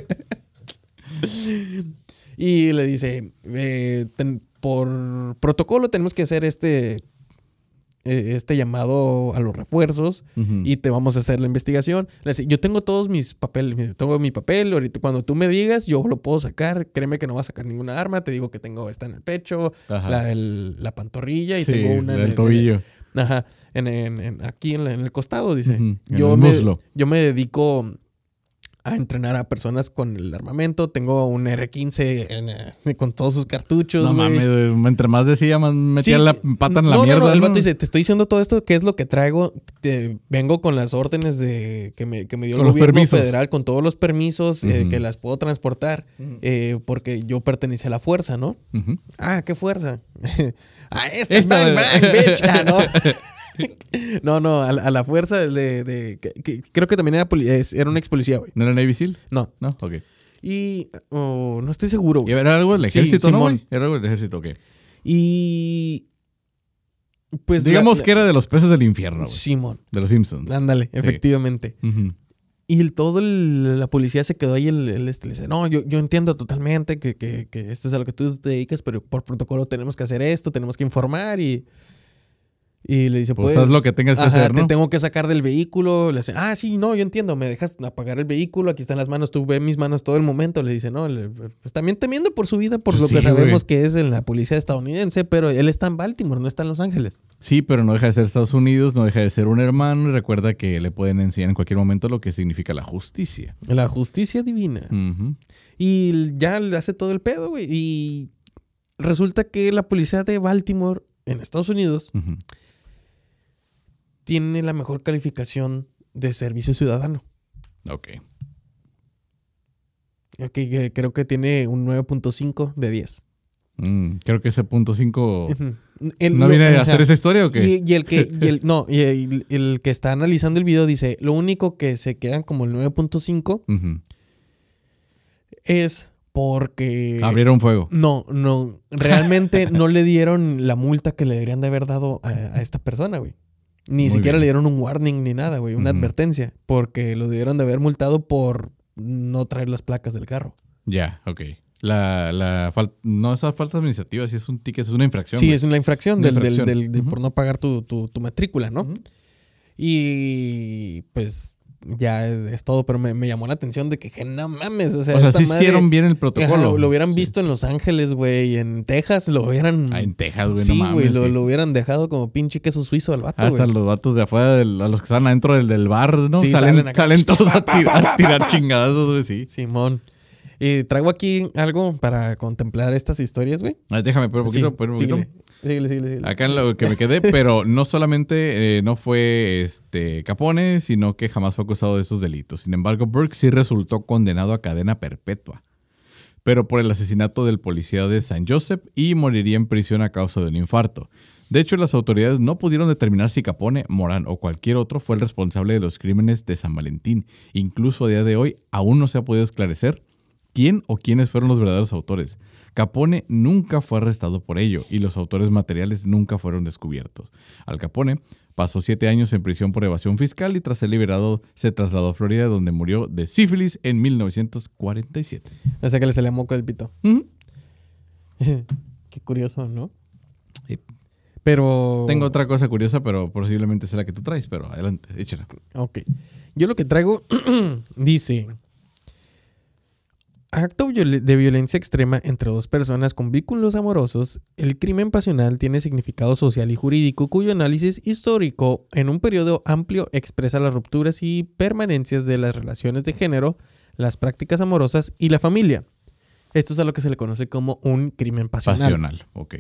Y le dice, por protocolo tenemos que hacer este llamado a los refuerzos y te vamos a hacer la investigación. Le dice, yo tengo todos mis papeles, tengo mi papel, ahorita cuando tú me digas yo lo puedo sacar, créeme que no vas a sacar ninguna arma, te digo que tengo esta en el pecho, la pantorrilla y tengo una en el tobillo. Aquí en el costado, dice. Muslo. Yo me dedico a entrenar a personas con el armamento. Tengo un R15 con todos sus cartuchos. No mames, entre más decía, más metía la pata en la mierda. No, el vato dice, te estoy diciendo todo esto, ¿qué es lo que traigo? Vengo con las órdenes que me dio el gobierno federal, con todos los permisos, que las puedo transportar, porque yo pertenecía a la fuerza, ¿no? ¿Qué fuerza? Esta es Bang Bang, bitch. No, a la fuerza que creo que también era un ex policía, güey. ¿No era Navy SEAL? No. Ok. Y no estoy seguro, güey. ¿Y era algo del ejército, sí, no, güey? Era algo del ejército, ok. Y pues digamos que era de los peces del infierno, güey. Simón. De los Simpsons. Ándale, efectivamente. todo la policía se quedó ahí, le dice, no, yo entiendo totalmente que esto es a lo que tú te dedicas, pero por protocolo tenemos que hacer esto, tenemos que informar y le dice, pues haz lo que tengas que hacer, ¿no? Te tengo que sacar del vehículo. Le dice, sí, no, yo entiendo, me dejas apagar el vehículo, aquí están las manos, tú ves mis manos todo el momento. Le dice, no, pues también temiendo por su vida, por lo que sabemos que es en la policía estadounidense, pero él está en Baltimore, no está en Los Ángeles. Sí, pero no deja de ser Estados Unidos, no deja de ser un hermano y recuerda que le pueden enseñar en cualquier momento lo que significa la justicia. La justicia divina. Uh-huh. Y ya le hace todo el pedo, güey. Y resulta que la policía de Baltimore, en Estados Unidos, Uh-huh. tiene la mejor calificación de servicio ciudadano. Ok. Creo que tiene un 9.5 de 10. Creo que ese punto 5... El, ¿No viene a hacer esa historia o qué? Y el que está analizando el video dice, lo único que se quedan como el 9.5 Uh-huh. es porque... Abrieron fuego. No, realmente no le dieron la multa que le deberían de haber dado a esta persona, güey. Ni Muy siquiera bien. le dieron un warning ni nada, güey, una Ujú. advertencia, porque lo debieron de haber multado por no traer las placas del carro. Ya, ok. No es falta administrativa, sí es un ticket, es una infracción. Sí, güey. es una infracción, Una infracción. por no pagar tu matrícula, ¿no? Ujú. Y pues ya es todo, pero me llamó la atención de que no mames, o sea, O sea, esta sí madre- hicieron bien el protocolo. Ajá, lo hubieran Sí. visto en Los Ángeles, güey, en Texas, lo hubieran... Ah, en Texas, güey, sí, no mames. güey, sí. lo hubieran dejado como pinche queso suizo al vato, Hasta güey. los vatos de afuera, a los que están adentro del bar, ¿no? Sí, salen salen acá. todos a tirar chingadazos, güey, sí. Simón. Y traigo aquí algo para contemplar estas historias, güey. Déjame por un poquito, por un poquito. Síguele. Acá en lo que me quedé, pero no solamente no fue Capone, sino que jamás fue acusado de estos delitos. Sin embargo, Burke sí resultó condenado a cadena perpetua, pero por el asesinato del policía de San Joseph y moriría en prisión a causa de un infarto. De hecho, las autoridades no pudieron determinar si Capone, Morán o cualquier otro fue el responsable de los crímenes de San Valentín. Incluso a día de hoy aún no se ha podido esclarecer quién o quiénes fueron los verdaderos autores. Capone nunca fue arrestado por ello y los autores materiales nunca fueron descubiertos. Al Capone pasó 7 años en prisión por evasión fiscal y tras ser liberado se trasladó a Florida, donde murió de sífilis en 1947. O sea que le salía moco del pito. Ujú. Qué curioso, ¿no? Sí. Pero... Tengo otra cosa curiosa, pero posiblemente sea la que tú traes, pero adelante, échala. Ok. Yo lo que traigo dice... Acto de violencia extrema entre dos personas con vínculos amorosos, el crimen pasional tiene significado social y jurídico cuyo análisis histórico en un periodo amplio expresa las rupturas y permanencias de las relaciones de género, las prácticas amorosas y la familia. Esto es a lo que se le conoce como un crimen pasional. Pasional, ok.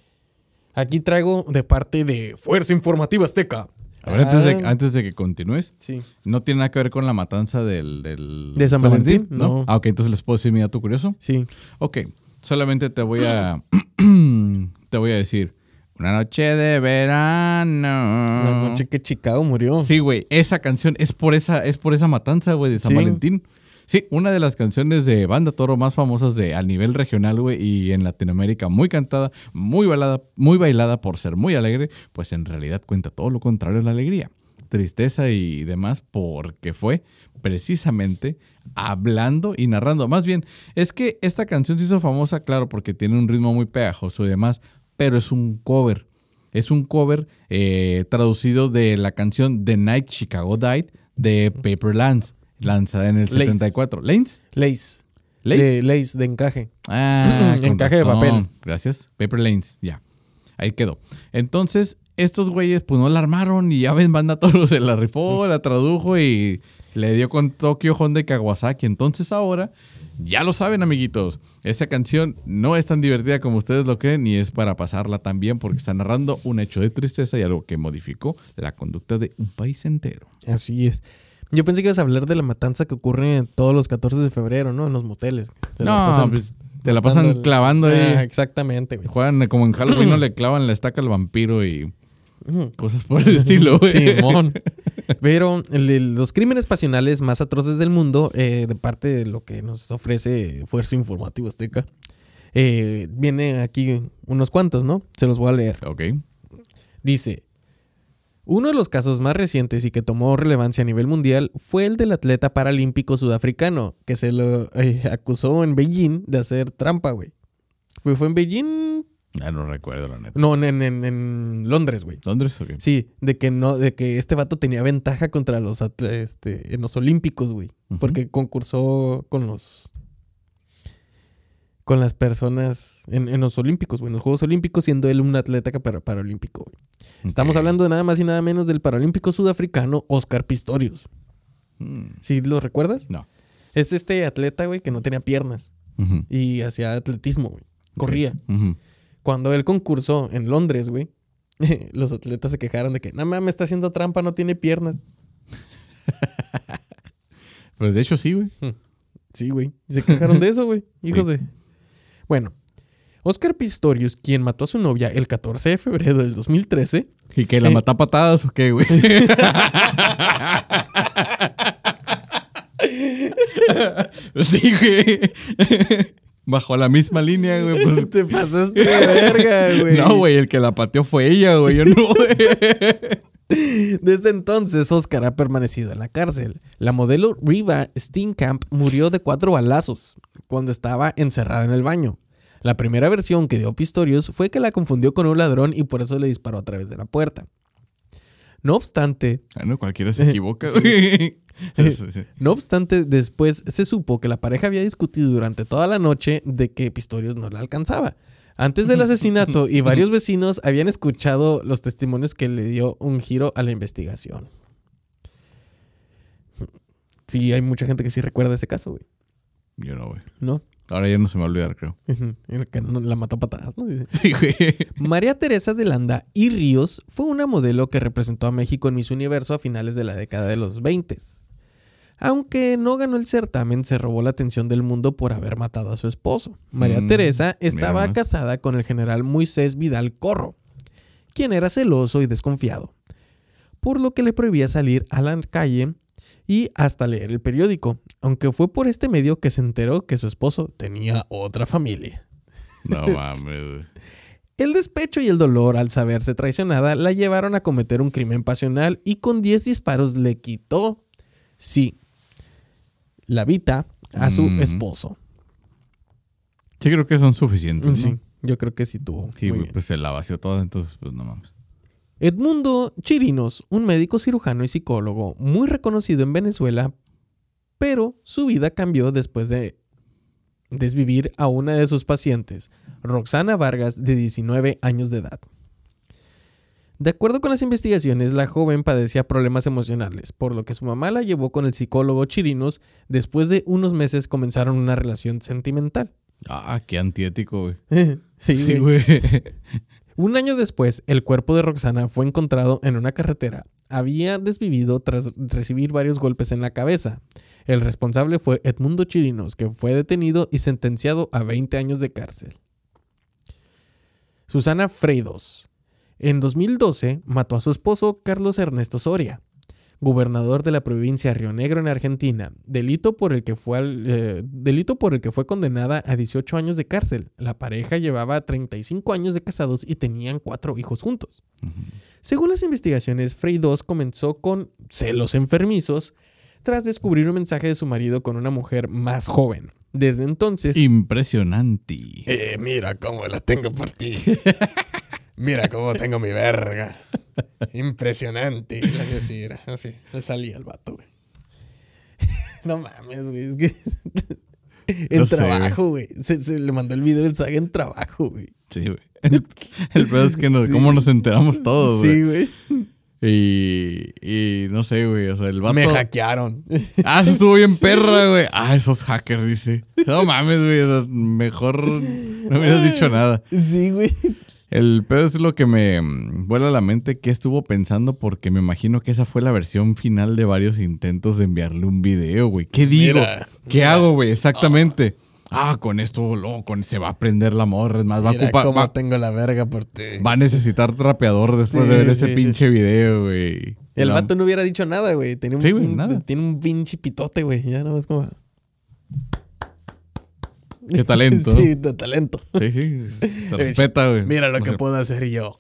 Aquí traigo de parte de Fuerza Informativa Azteca. A ver, antes de que continúes, Sí. ¿no tiene nada que ver con la matanza ¿De San Valentín? No. Ah, ok, entonces les puedo decir mi dato curioso. Sí. Ok, solamente te voy a te voy a decir una noche de verano. La noche que Chicago murió. Sí, güey, esa canción es por esa matanza, güey, de San Sí. Valentín. Sí, una de las canciones de Banda Toro más famosas a nivel regional, güey, y en Latinoamérica muy cantada, muy bailada por ser muy alegre, pues en realidad cuenta todo lo contrario a la alegría, tristeza y demás, porque fue precisamente hablando y narrando. Más bien, es que esta canción se hizo famosa, claro, porque tiene un ritmo muy pegajoso y demás, pero es un cover. Es un cover traducido de la canción The Night Chicago Died de Paper Lance, lanzada en el 74. ¿Lanes? Lace. ¿Lace? Lace de encaje. Ah, con Encaje de razón. papel. Gracias. Paper Lanes, ya. Ahí quedó. Entonces, estos güeyes pues no la armaron y ya ven, Banda Toro se la rifó, la tradujo y le dio con Tokyo, Honda y Kawasaki. Entonces ahora, ya lo saben, amiguitos, esta canción no es tan divertida como ustedes lo creen y es para pasarla también porque está narrando un hecho de tristeza y algo que modificó la conducta de un país entero. Así es. Yo pensé que ibas a hablar de la matanza que ocurre todos los 14 de febrero, ¿no? En los moteles. Se la pasan pues te la matando pasan clavando ahí. Exactamente, güey. Juegan como en Halloween, no le clavan la estaca al vampiro y cosas por el estilo, güey. Simón. Pero los crímenes pasionales más atroces del mundo, de parte de lo que nos ofrece Fuerza Informativa Azteca, viene aquí unos cuantos, ¿no? Se los voy a leer. Ok. Dice, Uno de los casos más recientes y que tomó relevancia a nivel mundial fue el del atleta paralímpico sudafricano, que se lo acusó en Beijing de hacer trampa, güey. ¿Fue en Beijing? No recuerdo, la neta. No, en Londres, güey. ¿Londres o qué? Sí, de que este vato tenía ventaja contra los en los olímpicos, güey. Porque concursó con las personas en los olímpicos, güey, en los Juegos Olímpicos, siendo él un atleta paralímpico, güey. Estamos hablando de nada más y nada menos del paralímpico sudafricano Oscar Pistorius. ¿Sí lo recuerdas? No. Es este atleta, güey, que no tenía piernas y hacía atletismo, güey. Corría. Cuando él concursó en Londres, güey, los atletas se quejaron de que, no mames, está haciendo trampa, no tiene piernas. Pues de hecho sí, güey. Sí, güey. Se quejaron de eso, güey. Hijos de... Bueno, Oscar Pistorius, quien mató a su novia el 14 de febrero del 2013... ¿Y que la mató a patadas o qué, güey? Sí, güey. Bajo la misma línea, güey. Pues... Te pasaste de verga, güey. No, güey, el que la pateó fue ella, güey. Yo no, güey. Desde entonces, Oscar ha permanecido en la cárcel. La modelo Riva Steenkamp murió de 4 balazos cuando estaba encerrada en el baño. La primera versión que dio Pistorius fue que la confundió con un ladrón y por eso le disparó a través de la puerta. No obstante... No, cualquiera se equivoca, güey. No obstante, después se supo que la pareja había discutido durante toda la noche de que Pistorius no la alcanzaba. Antes del asesinato, y varios vecinos habían escuchado los testimonios que le dio un giro a la investigación. Sí, hay mucha gente que sí recuerda ese caso, güey. Yo no, güey. ¿No? Ahora ya no se me va a olvidar, creo. El que la mató a patadas, ¿no? Dice. Sí, güey. María Teresa de Landa y Ríos fue una modelo que representó a México en Miss Universo a finales de la década de los 20. Aunque no ganó el certamen, se robó la atención del mundo por haber matado a su esposo. María Teresa estaba casada con el general Moisés Vidal Corro, quien era celoso y desconfiado, por lo que le prohibía salir a la calle y hasta leer el periódico, aunque fue por este medio que se enteró que su esposo tenía otra familia. No mames, güey. El despecho y el dolor al saberse traicionada la llevaron a cometer un crimen pasional y con 10 disparos le quitó, sí, la vida a su esposo. Sí, creo que son suficientes, ¿no? Sí, yo creo que sí tuvo. Sí, güey, pues se la vació toda, entonces pues no mames. Edmundo Chirinos, un médico cirujano y psicólogo muy reconocido en Venezuela, pero su vida cambió después de desvivir a una de sus pacientes, Roxana Vargas, de 19 años de edad. De acuerdo con las investigaciones, la joven padecía problemas emocionales, por lo que su mamá la llevó con el psicólogo Chirinos. Después de unos meses comenzaron una relación sentimental. Ah, qué antiético, güey. Sí, güey. Un año después, el cuerpo de Roxana fue encontrado en una carretera. Había desvivido tras recibir varios golpes en la cabeza. El responsable fue Edmundo Chirinos, que fue detenido y sentenciado a 20 años de cárcel. Susana Freidos. En 2012 mató a su esposo Carlos Ernesto Soria, gobernador de la provincia de Río Negro en Argentina, delito por el que fue condenada a 18 años de cárcel. La pareja llevaba 35 años de casados y tenían 4 hijos juntos. Según las investigaciones, Freidos comenzó con celos enfermizos tras descubrir un mensaje de su marido con una mujer más joven. Desde entonces... Impresionante. Mira cómo la tengo por ti. Mira cómo tengo mi verga. Impresionante. Así era. Así. Le salía el vato, güey. No mames, güey. Es que... en trabajo, güey. Se le mandó el video del Saga en trabajo, güey. Sí, güey. El pedo es que sí. Cómo nos enteramos todos, güey. Sí, güey. Y no sé, güey. O sea, el vato... Me hackearon. Ah, eso estuvo bien perra, güey. Ah, esos hackers, dice. No mames, güey. O sea, mejor no hubieras dicho nada. Sí, güey. El pedo es lo que me vuela a la mente que estuvo pensando, porque me imagino que esa fue la versión final de varios intentos de enviarle un video, güey. ¿Qué digo? ¿Qué hago, güey? Exactamente. Con esto se va a prender la morra. Es más, va a ocupar... cómo tengo la verga por ti. Va a necesitar trapeador después de ver ese pinche video, güey. El vato no hubiera dicho nada, güey. Nada. Tiene un pinche pitote, güey. Ya no es como... Qué talento. Sí, de talento. Sí, sí. Se respeta, güey. Mira lo que puedo hacer yo.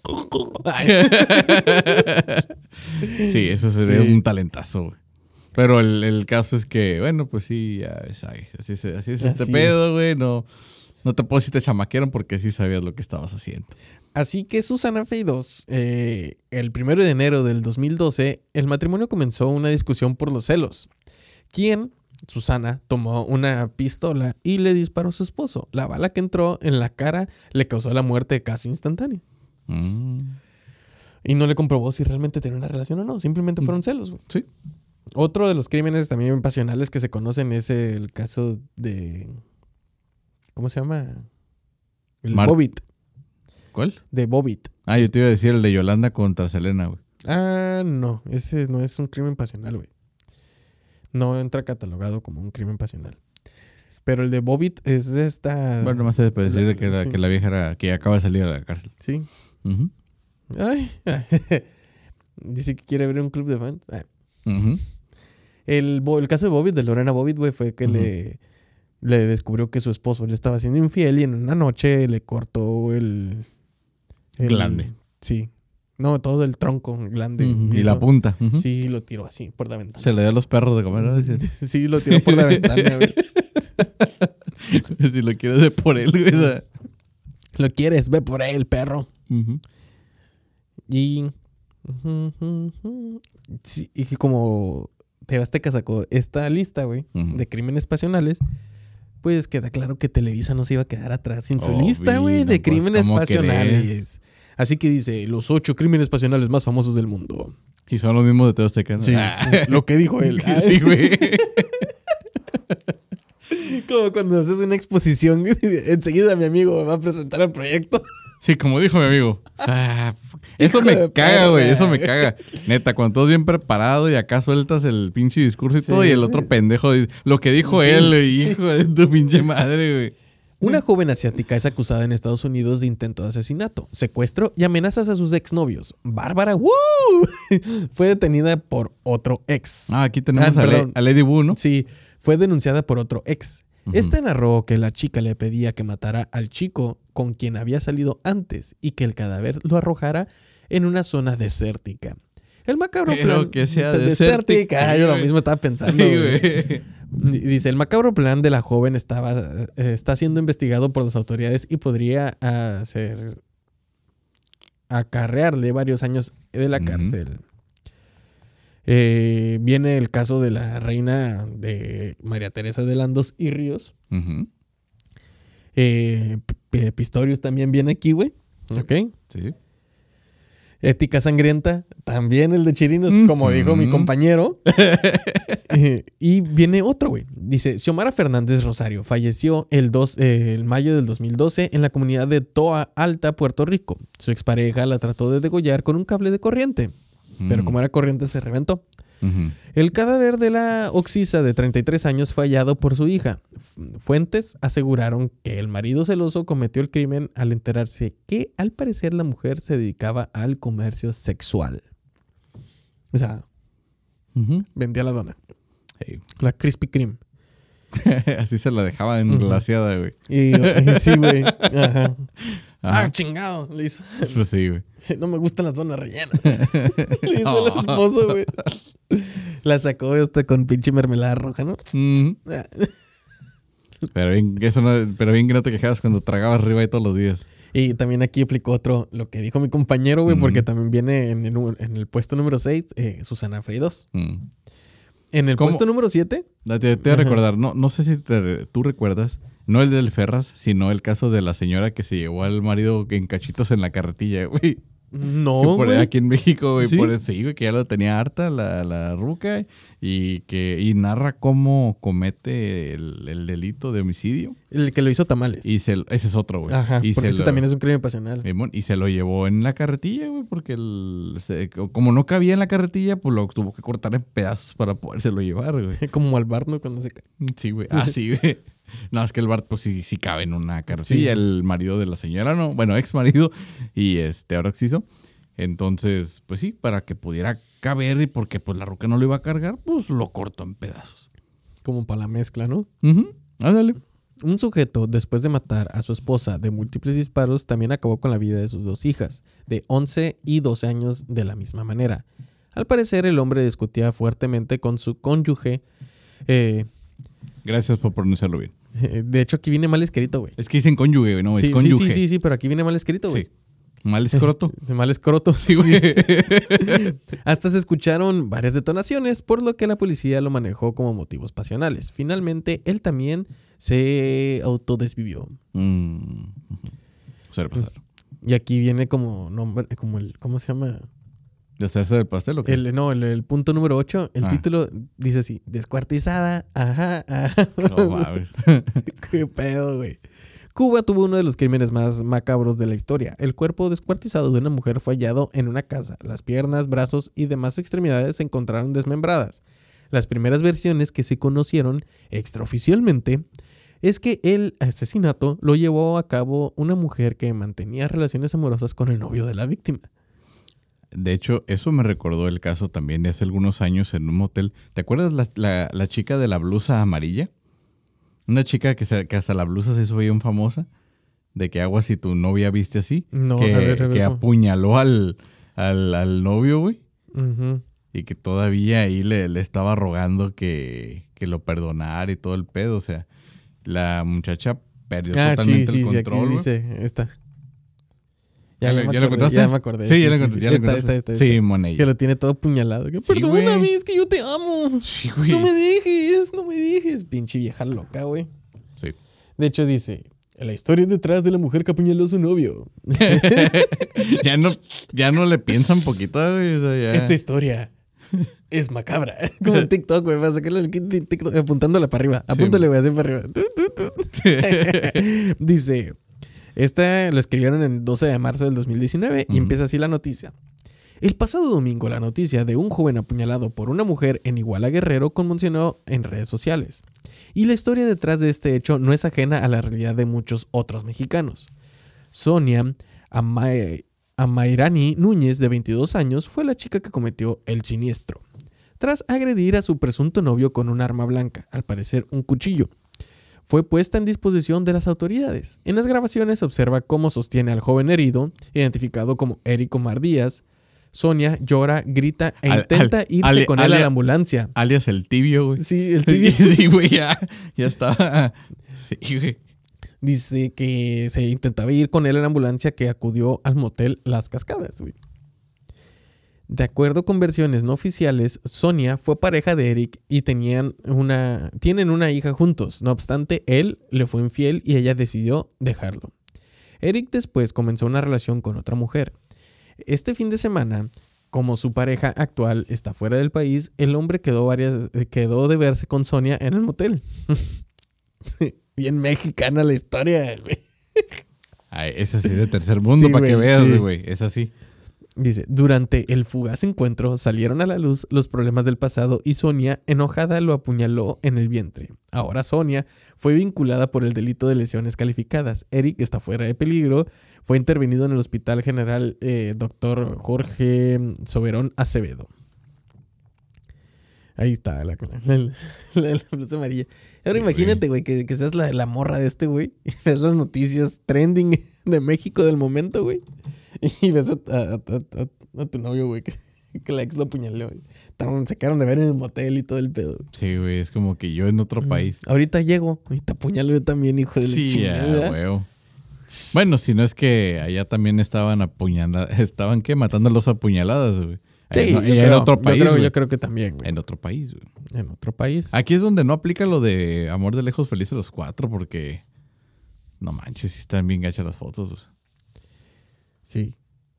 Sí, eso sería Sí. un talentazo, güey. Pero el caso es que, bueno, pues sí, ya ves, ay, así es este Así pedo, güey. No te puedo decir te chamaquearon porque sí sabías lo que estabas haciendo. Así que Susana Fey II, el 1 de enero del 2012, el matrimonio comenzó una discusión por los celos. Susana, tomó una pistola y le disparó a su esposo. La bala que entró en la cara le causó la muerte casi instantánea. Y no le comprobó si realmente tenía una relación o no. Simplemente fueron celos, güey. Sí. Otro de los crímenes también pasionales que se conocen es el caso de... ¿Cómo se llama? El Bobbitt. ¿Cuál? De Bobbitt. Ah, yo te iba a decir el de Yolanda contra Selena, güey. Ah, no. Ese no es un crimen pasional, güey. No entra catalogado como un crimen pasional. Pero el de Bobbitt es de esta... Bueno, nomás es para decir sí. que la vieja era... Que acaba de salir de la cárcel. Sí. Ujú. Ay. Dice que quiere ver un club de fans. Ah. Ujú. El caso de Bobbitt, de Lorena Bobbitt, güey, fue que le descubrió que su esposo le estaba siendo infiel y en una noche le cortó el glande. Sí. No, todo el tronco, glande. Ujú. Y la punta. Ujú. Sí, lo tiró así, por la ventana. Se le dio a los perros de comer, ¿no? Sí, lo tiró por la ventana, güey. Si lo quieres de por él, güey. O sea. Lo quieres, ve por él, perro. Ujú. Y... Sí, y como TV Azteca sacó esta lista, güey, de crímenes pasionales, pues queda claro que Televisa no se iba a quedar atrás sin su lista, güey, de crímenes pasionales. Así que dice, los 8 crímenes pasionales más famosos del mundo. Y son los mismos de TV Azteca, ¿no? Sí, lo que dijo él. Sí, güey. Como cuando haces una exposición, enseguida mi amigo me va a presentar el proyecto. Sí, como dijo mi amigo. Eso me caga, güey. Eso me caga. Neta, cuando todo es bien preparado y acá sueltas el pinche discurso y todo, y el otro pendejo dice lo que dijo él, güey. Hijo de tu pinche madre, güey. Una joven asiática es acusada en Estados Unidos de intento de asesinato, secuestro y amenazas a sus exnovios. Bárbara fue detenida por otro ex. Aquí tenemos a Lady Wu, ¿no? Sí, fue denunciada por otro ex. Este narró que la chica le pedía que matara al chico con quien había salido antes y que el cadáver lo arrojara en una zona desértica. El macabro plan... que sea desértica. Yo lo mismo estaba pensando. Sí, güey. Dice, el macabro plan de la joven está siendo investigado por las autoridades y podría acarrearle varios años de la cárcel. Viene el caso de la reina de María Teresa de Landos y Ríos. Pistorius también viene aquí, güey. ¿Ok? Sí. Ética sangrienta, también el de Chirinos, como dijo mi compañero. Y viene otro, güey. Dice, Xiomara Fernández Rosario falleció el mayo del 2012 en la comunidad de Toa Alta, Puerto Rico. Su expareja la trató de degollar con un cable de corriente, pero como era corriente se reventó. El cadáver de la oxisa de 33 años fue hallado por su hija. Fuentes aseguraron que el marido celoso cometió el crimen al enterarse que al parecer la mujer se dedicaba al comercio sexual. O sea, vendía la dona. Sí. La Krispy Kreme. Así se la dejaba englaseada, güey. Y sí, güey. Ajá. Ah, chingado. Le hizo. Pues sí, güey. No me gustan las donas rellenas. Le hizo el esposo, güey. La sacó hasta con pinche mermelada roja, ¿no? Pero bien que no te quejabas cuando tragabas arriba todos los días. Y también aquí aplicó lo que dijo mi compañero, güey, porque también viene en el puesto número 6, Susana Fey II. En el puesto número 7. Te voy a recordar, no sé si tú recuerdas, no el del Ferraz, sino el caso de la señora que se llevó al marido en cachitos en la carretilla, güey. No, güey. Aquí en México, güey. ¿Sí? Sí, güey, que ya lo tenía harta la ruca y narra cómo comete el delito de homicidio. El que lo hizo tamales. Ese es otro, güey. Ajá, porque ese también es un crimen pasional. Y se lo llevó en la carretilla, güey, porque como no cabía en la carretilla, pues lo tuvo que cortar en pedazos para podérselo llevar, güey. Como al bar, ¿no? Cuando se cae. Sí, güey. Ah, sí, güey. No, es que el Bart, pues sí cabe en una carretilla. Sí. El marido de la señora, no. Bueno, ex marido. Y ahora oxiso. Entonces, pues sí, para que pudiera caber y porque pues la ruca no lo iba a cargar, pues lo cortó en pedazos. Como para la mezcla, ¿no? Ándale. Un sujeto, después de matar a su esposa de múltiples disparos, también acabó con la vida de sus 2 hijas, de 11 y 12 años, de la misma manera. Al parecer, el hombre discutía fuertemente con su cónyuge. Gracias por pronunciarlo bien. De hecho, aquí viene mal escrito, güey. Es que dicen cónyuge, güey, no, Sí, es cónyuge. sí, pero aquí viene mal escrito, güey. Sí. Mal escroto. Mal escroto. Sí, güey. Hasta se escucharon varias detonaciones, por lo que la policía lo manejó como motivos pasionales. Finalmente, él también se autodesvivió. Suele pasar. Y aquí viene como nombre, como el, ¿cómo se llama? ¿De hacerse del pastel o qué? El punto número 8, el título dice así: descuartizada, ajá. No mames. Qué pedo, güey. Cuba tuvo uno de los crímenes más macabros de la historia. El cuerpo descuartizado de una mujer fue hallado en una casa. Las piernas, brazos y demás extremidades se encontraron desmembradas. Las primeras versiones que se conocieron extraoficialmente es que el asesinato lo llevó a cabo una mujer que mantenía relaciones amorosas con el novio de la víctima. De hecho, eso me recordó el caso también de hace algunos años en un motel. ¿Te acuerdas la chica de la blusa amarilla? Una chica que hasta la blusa se hizo bien famosa. De que aguas si tu novia viste así. No, que, a ver. que apuñaló al novio, güey. Uh-huh. Y que todavía ahí le estaba rogando que lo perdonara y todo el pedo. O sea, la muchacha perdió totalmente el control. Aquí dice esta. ¿Ya lo contaste? Ya me acordé. Sí, ya lo contaste. Esta. Sí, Monella. Que lo tiene todo apuñalado. Que, Sí, perdóname, güey. es que yo te amo. Sí, güey. No me dejes. Pinche vieja loca, güey. Sí. De hecho, dice: la historia detrás de la mujer que apuñaló a su novio. ya no le piensan poquito, güey. O sea, ya. Esta historia es macabra. Como en TikTok, güey. Para sacarle el TikTok apuntándola para arriba. Apúntale, güey, así para arriba. Dice: esta lo escribieron el 12 de marzo del 2019 y empieza así la noticia. El pasado domingo, la noticia de un joven apuñalado por una mujer en Iguala Guerrero conmocionó en redes sociales. Y la historia detrás de este hecho no es ajena a la realidad de muchos otros mexicanos. Sonia Amairani Núñez, de 22 años, fue la chica que cometió el siniestro. Tras agredir a su presunto novio con un arma blanca, al parecer un cuchillo, fue puesta en disposición de las autoridades. En las grabaciones se observa cómo sostiene al joven herido, identificado como Eric Omar Díaz. Sonia llora, grita e intenta irse con él a la ambulancia. Alias el tibio, güey. Sí, el tibio. Sí, güey, ya estaba. Sí, güey. Dice que se intentaba ir con él en la ambulancia que acudió al motel Las Cascadas, güey. De acuerdo con versiones no oficiales, Sonia fue pareja de Eric y tienen una hija juntos. No obstante, él le fue infiel y ella decidió dejarlo. Eric después comenzó una relación con otra mujer. Este fin de semana, como su pareja actual está fuera del país, el hombre quedó de verse con Sonia en el motel. Bien mexicana la historia, güey. Ay, es así de tercer mundo, Sí, para que güey, veas, sí. güey. Es así. Dice: durante el fugaz encuentro salieron a la luz los problemas del pasado y Sonia, enojada, lo apuñaló en el vientre. Ahora Sonia fue vinculada por el delito de lesiones calificadas. Eric está fuera de peligro. Fue intervenido en el Hospital General Dr. Jorge Soberón Acevedo. Ahí está la blusa amarilla. Ahora Sí, imagínate, güey, que seas la morra de este, güey. Y ves las noticias trending de México del momento, güey. Y ves a tu novio, güey, que la ex lo apuñaló, güey. Se quedaron de ver en el motel y todo el pedo. Sí, güey, es como que yo en otro país. Ahorita llego y te apuñalo yo también, hijo de la Sí, chingada. ya, güey. Bueno, si no es que allá también estaban ¿estaban qué? Matando a los apuñaladas, güey. Sí, en otro país, yo creo que también, güey. En otro país, güey. En otro país. Aquí es donde no aplica lo de amor de lejos felices los 4 porque no manches, si están bien gachas las fotos, güey. Sí.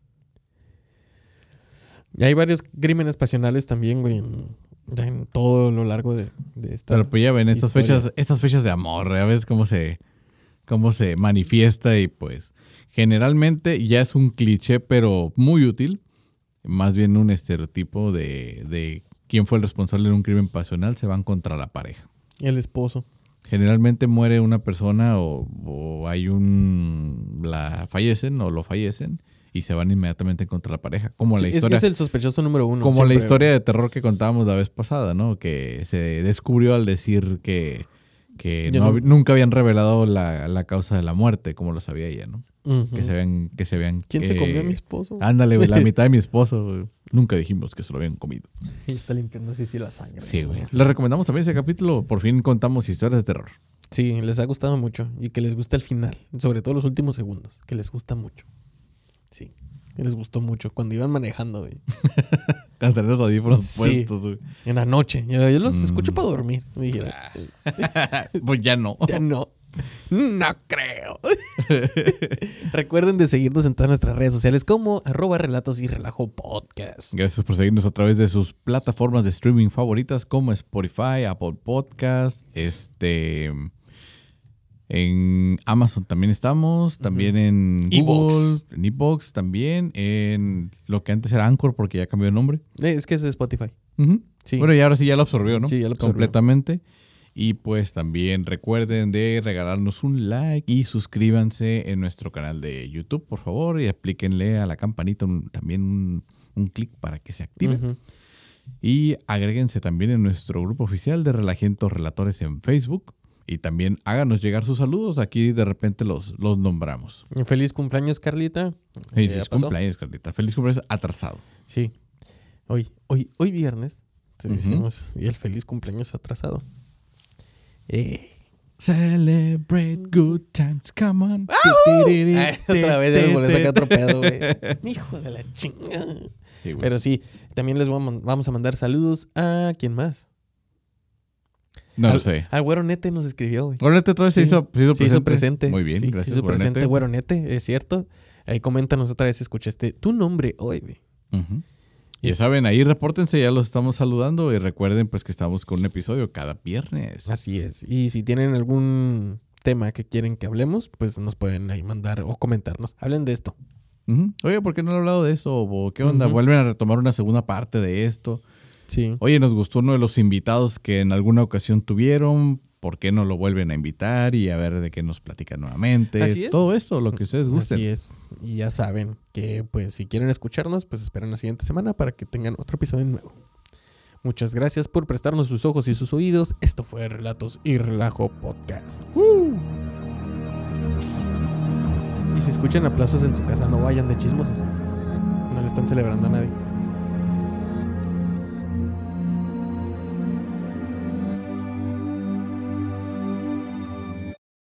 Y hay varios crímenes pasionales también, güey, en todo lo largo de esta. Pero pues ya ven, estas historia. fechas de amor, ya ves cómo se manifiesta y pues generalmente ya es un cliché, pero muy útil. Más bien un estereotipo de quién fue el responsable de un crimen pasional, se van contra la pareja. El esposo. Generalmente muere una persona o hay la fallecen o lo fallecen y se van inmediatamente contra la pareja. Como la historia. Es el sospechoso número uno. Como siempre, la historia de terror que contábamos la vez pasada, ¿no? Que se descubrió al decir que que nunca habían revelado la causa de la muerte, como lo sabía ella, ¿no? Ujú. Que se vean. ¿Quién se comió a mi esposo? Ándale, güey, la mitad de mi esposo, güey. Nunca dijimos que se lo habían comido. Y está limpiando así la sangre. Sí, güey. Les recomendamos también ese capítulo. Por fin contamos historias de terror. Sí, les ha gustado mucho. Y que les gusta el final. Sobre todo los últimos segundos. Que les gusta mucho. Sí. Que les gustó mucho. Cuando iban manejando, güey. A tener los audífonos Sí. puestos, güey. En la noche. Yo los escucho para dormir. Y dije, Pues ya no. ya no. No creo. Recuerden de seguirnos en todas nuestras redes sociales como @relatos y relajo podcast. Gracias por seguirnos a través de sus plataformas de streaming favoritas como Spotify, Apple Podcast, en Amazon también estamos, también en Google, en iVoox también, en lo que antes era Anchor porque ya cambió de nombre. Es que es de Spotify. Uh-huh. Sí. Bueno, y ahora sí ya lo absorbió, ¿no? Sí, ya lo absorbió. Completamente. Y pues también recuerden de regalarnos un like y suscríbanse en nuestro canal de YouTube, por favor, y aplíquenle a la campanita también un clic para que se active. Ujú. Y agréguense también en nuestro grupo oficial de Relajientos Relatores en Facebook. Y también háganos llegar sus saludos. Aquí de repente los nombramos. Feliz cumpleaños, Carlita. Feliz ¿Ya pasó? cumpleaños, Carlita. Feliz cumpleaños atrasado. Sí. Hoy viernes. Te Ujú. decimos, y el feliz cumpleaños atrasado. Celebrate good times, come on. Ay, otra vez ya me volví a sacar otro pedo, güey. Hijo de la chingada. Sí, güey. Pero sí, también les vamos a mandar saludos a ¿quién más? No lo sé. Al Güero Nete nos escribió, güey. Gornete otra vez se hizo presente. Muy bien, Sí, gracias. se hizo Gornete. presente, Güero Nete, es cierto. Ahí coméntanos otra vez si escuchaste tu nombre hoy, güey. Ujú. Y ya saben, ahí repórtense, ya los estamos saludando. Y recuerden pues que estamos con un episodio cada viernes. Así es. Y si tienen algún tema que quieren que hablemos, pues nos pueden ahí mandar o comentarnos. Hablen de esto. Ujú. Oye, ¿por qué no he hablado de eso? ¿O qué onda? Ujú. ¿Vuelven a retomar una segunda parte de esto? Sí. Oye, nos gustó uno de los invitados que en alguna ocasión tuvieron. ¿Por qué no lo vuelven a invitar? Y a ver de qué nos platican nuevamente. Así es. Todo esto, lo que ustedes gusten. Así es. Y ya saben que pues si quieren escucharnos, pues esperen la siguiente semana para que tengan otro episodio nuevo. Muchas gracias por prestarnos sus ojos y sus oídos. Esto fue Relatos y Relajo Podcast. Y si escuchan aplausos en su casa, no vayan de chismosos. No le están celebrando a nadie.